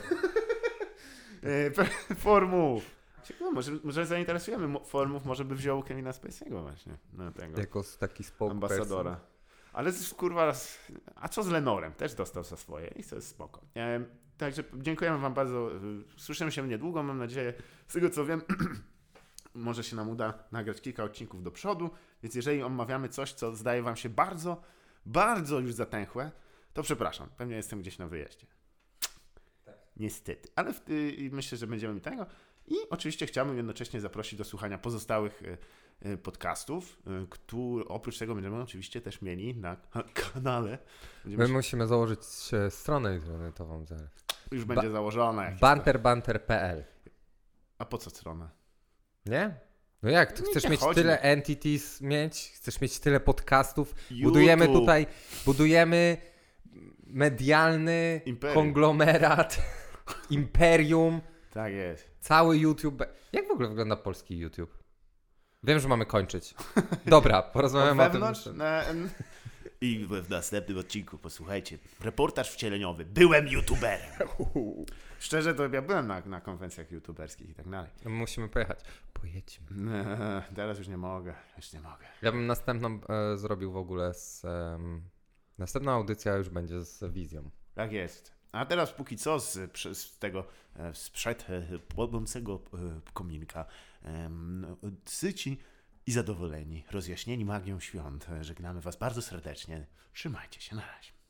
Formów. Ciekawe, może, może zainteresujemy Formów, może by wziął Kevina Spacey'ego właśnie. No, tego. Jako taki spokojny. Ambasadora. Ale z, kurwa, a co z Lenorem? Też dostał za swoje i to jest spoko. E, także dziękujemy wam bardzo. Słyszymy się niedługo, mam nadzieję. Z tego co wiem, może się nam uda nagrać kilka odcinków do przodu, więc jeżeli omawiamy coś, co zdaje wam się bardzo, bardzo już zatęchłe, to przepraszam, pewnie jestem gdzieś na wyjeździe. Tak. Niestety. Ale w, y, myślę, że będziemy tego. I oczywiście chciałbym jednocześnie zaprosić do słuchania pozostałych y, y, podcastów, y, które oprócz tego będziemy oczywiście też mieli na kanale. Będziemy My się... musimy założyć stronę internetową zaraz. Już będzie ba- założona. banter banter kropka p l. A po co strona? Nie? No jak? Ty Nie, chcesz nie mieć chodzi. tyle entities mieć? Chcesz mieć tyle podcastów? YouTube. Budujemy tutaj, budujemy medialny Imperium. konglomerat, imperium. Tak jest. Cały YouTube. Jak w ogóle wygląda polski YouTube? Wiem, że mamy kończyć. Dobra, porozmawiamy o tym. Na... I w następnym odcinku posłuchajcie. Reportaż wcieleniowy. Byłem youtuberem. Szczerze, to ja byłem na, na konwencjach youtuberskich i tak dalej. Musimy pojechać. Pojedźmy. Teraz już nie mogę. Już nie mogę. Ja bym następną e, zrobił w ogóle z... E, następna audycja już będzie z wizją. Tak jest. A teraz póki co z, z tego sprzed płonącego kominka syci i zadowoleni, rozjaśnieni magią świąt. Żegnamy was bardzo serdecznie. Trzymajcie się, na razie.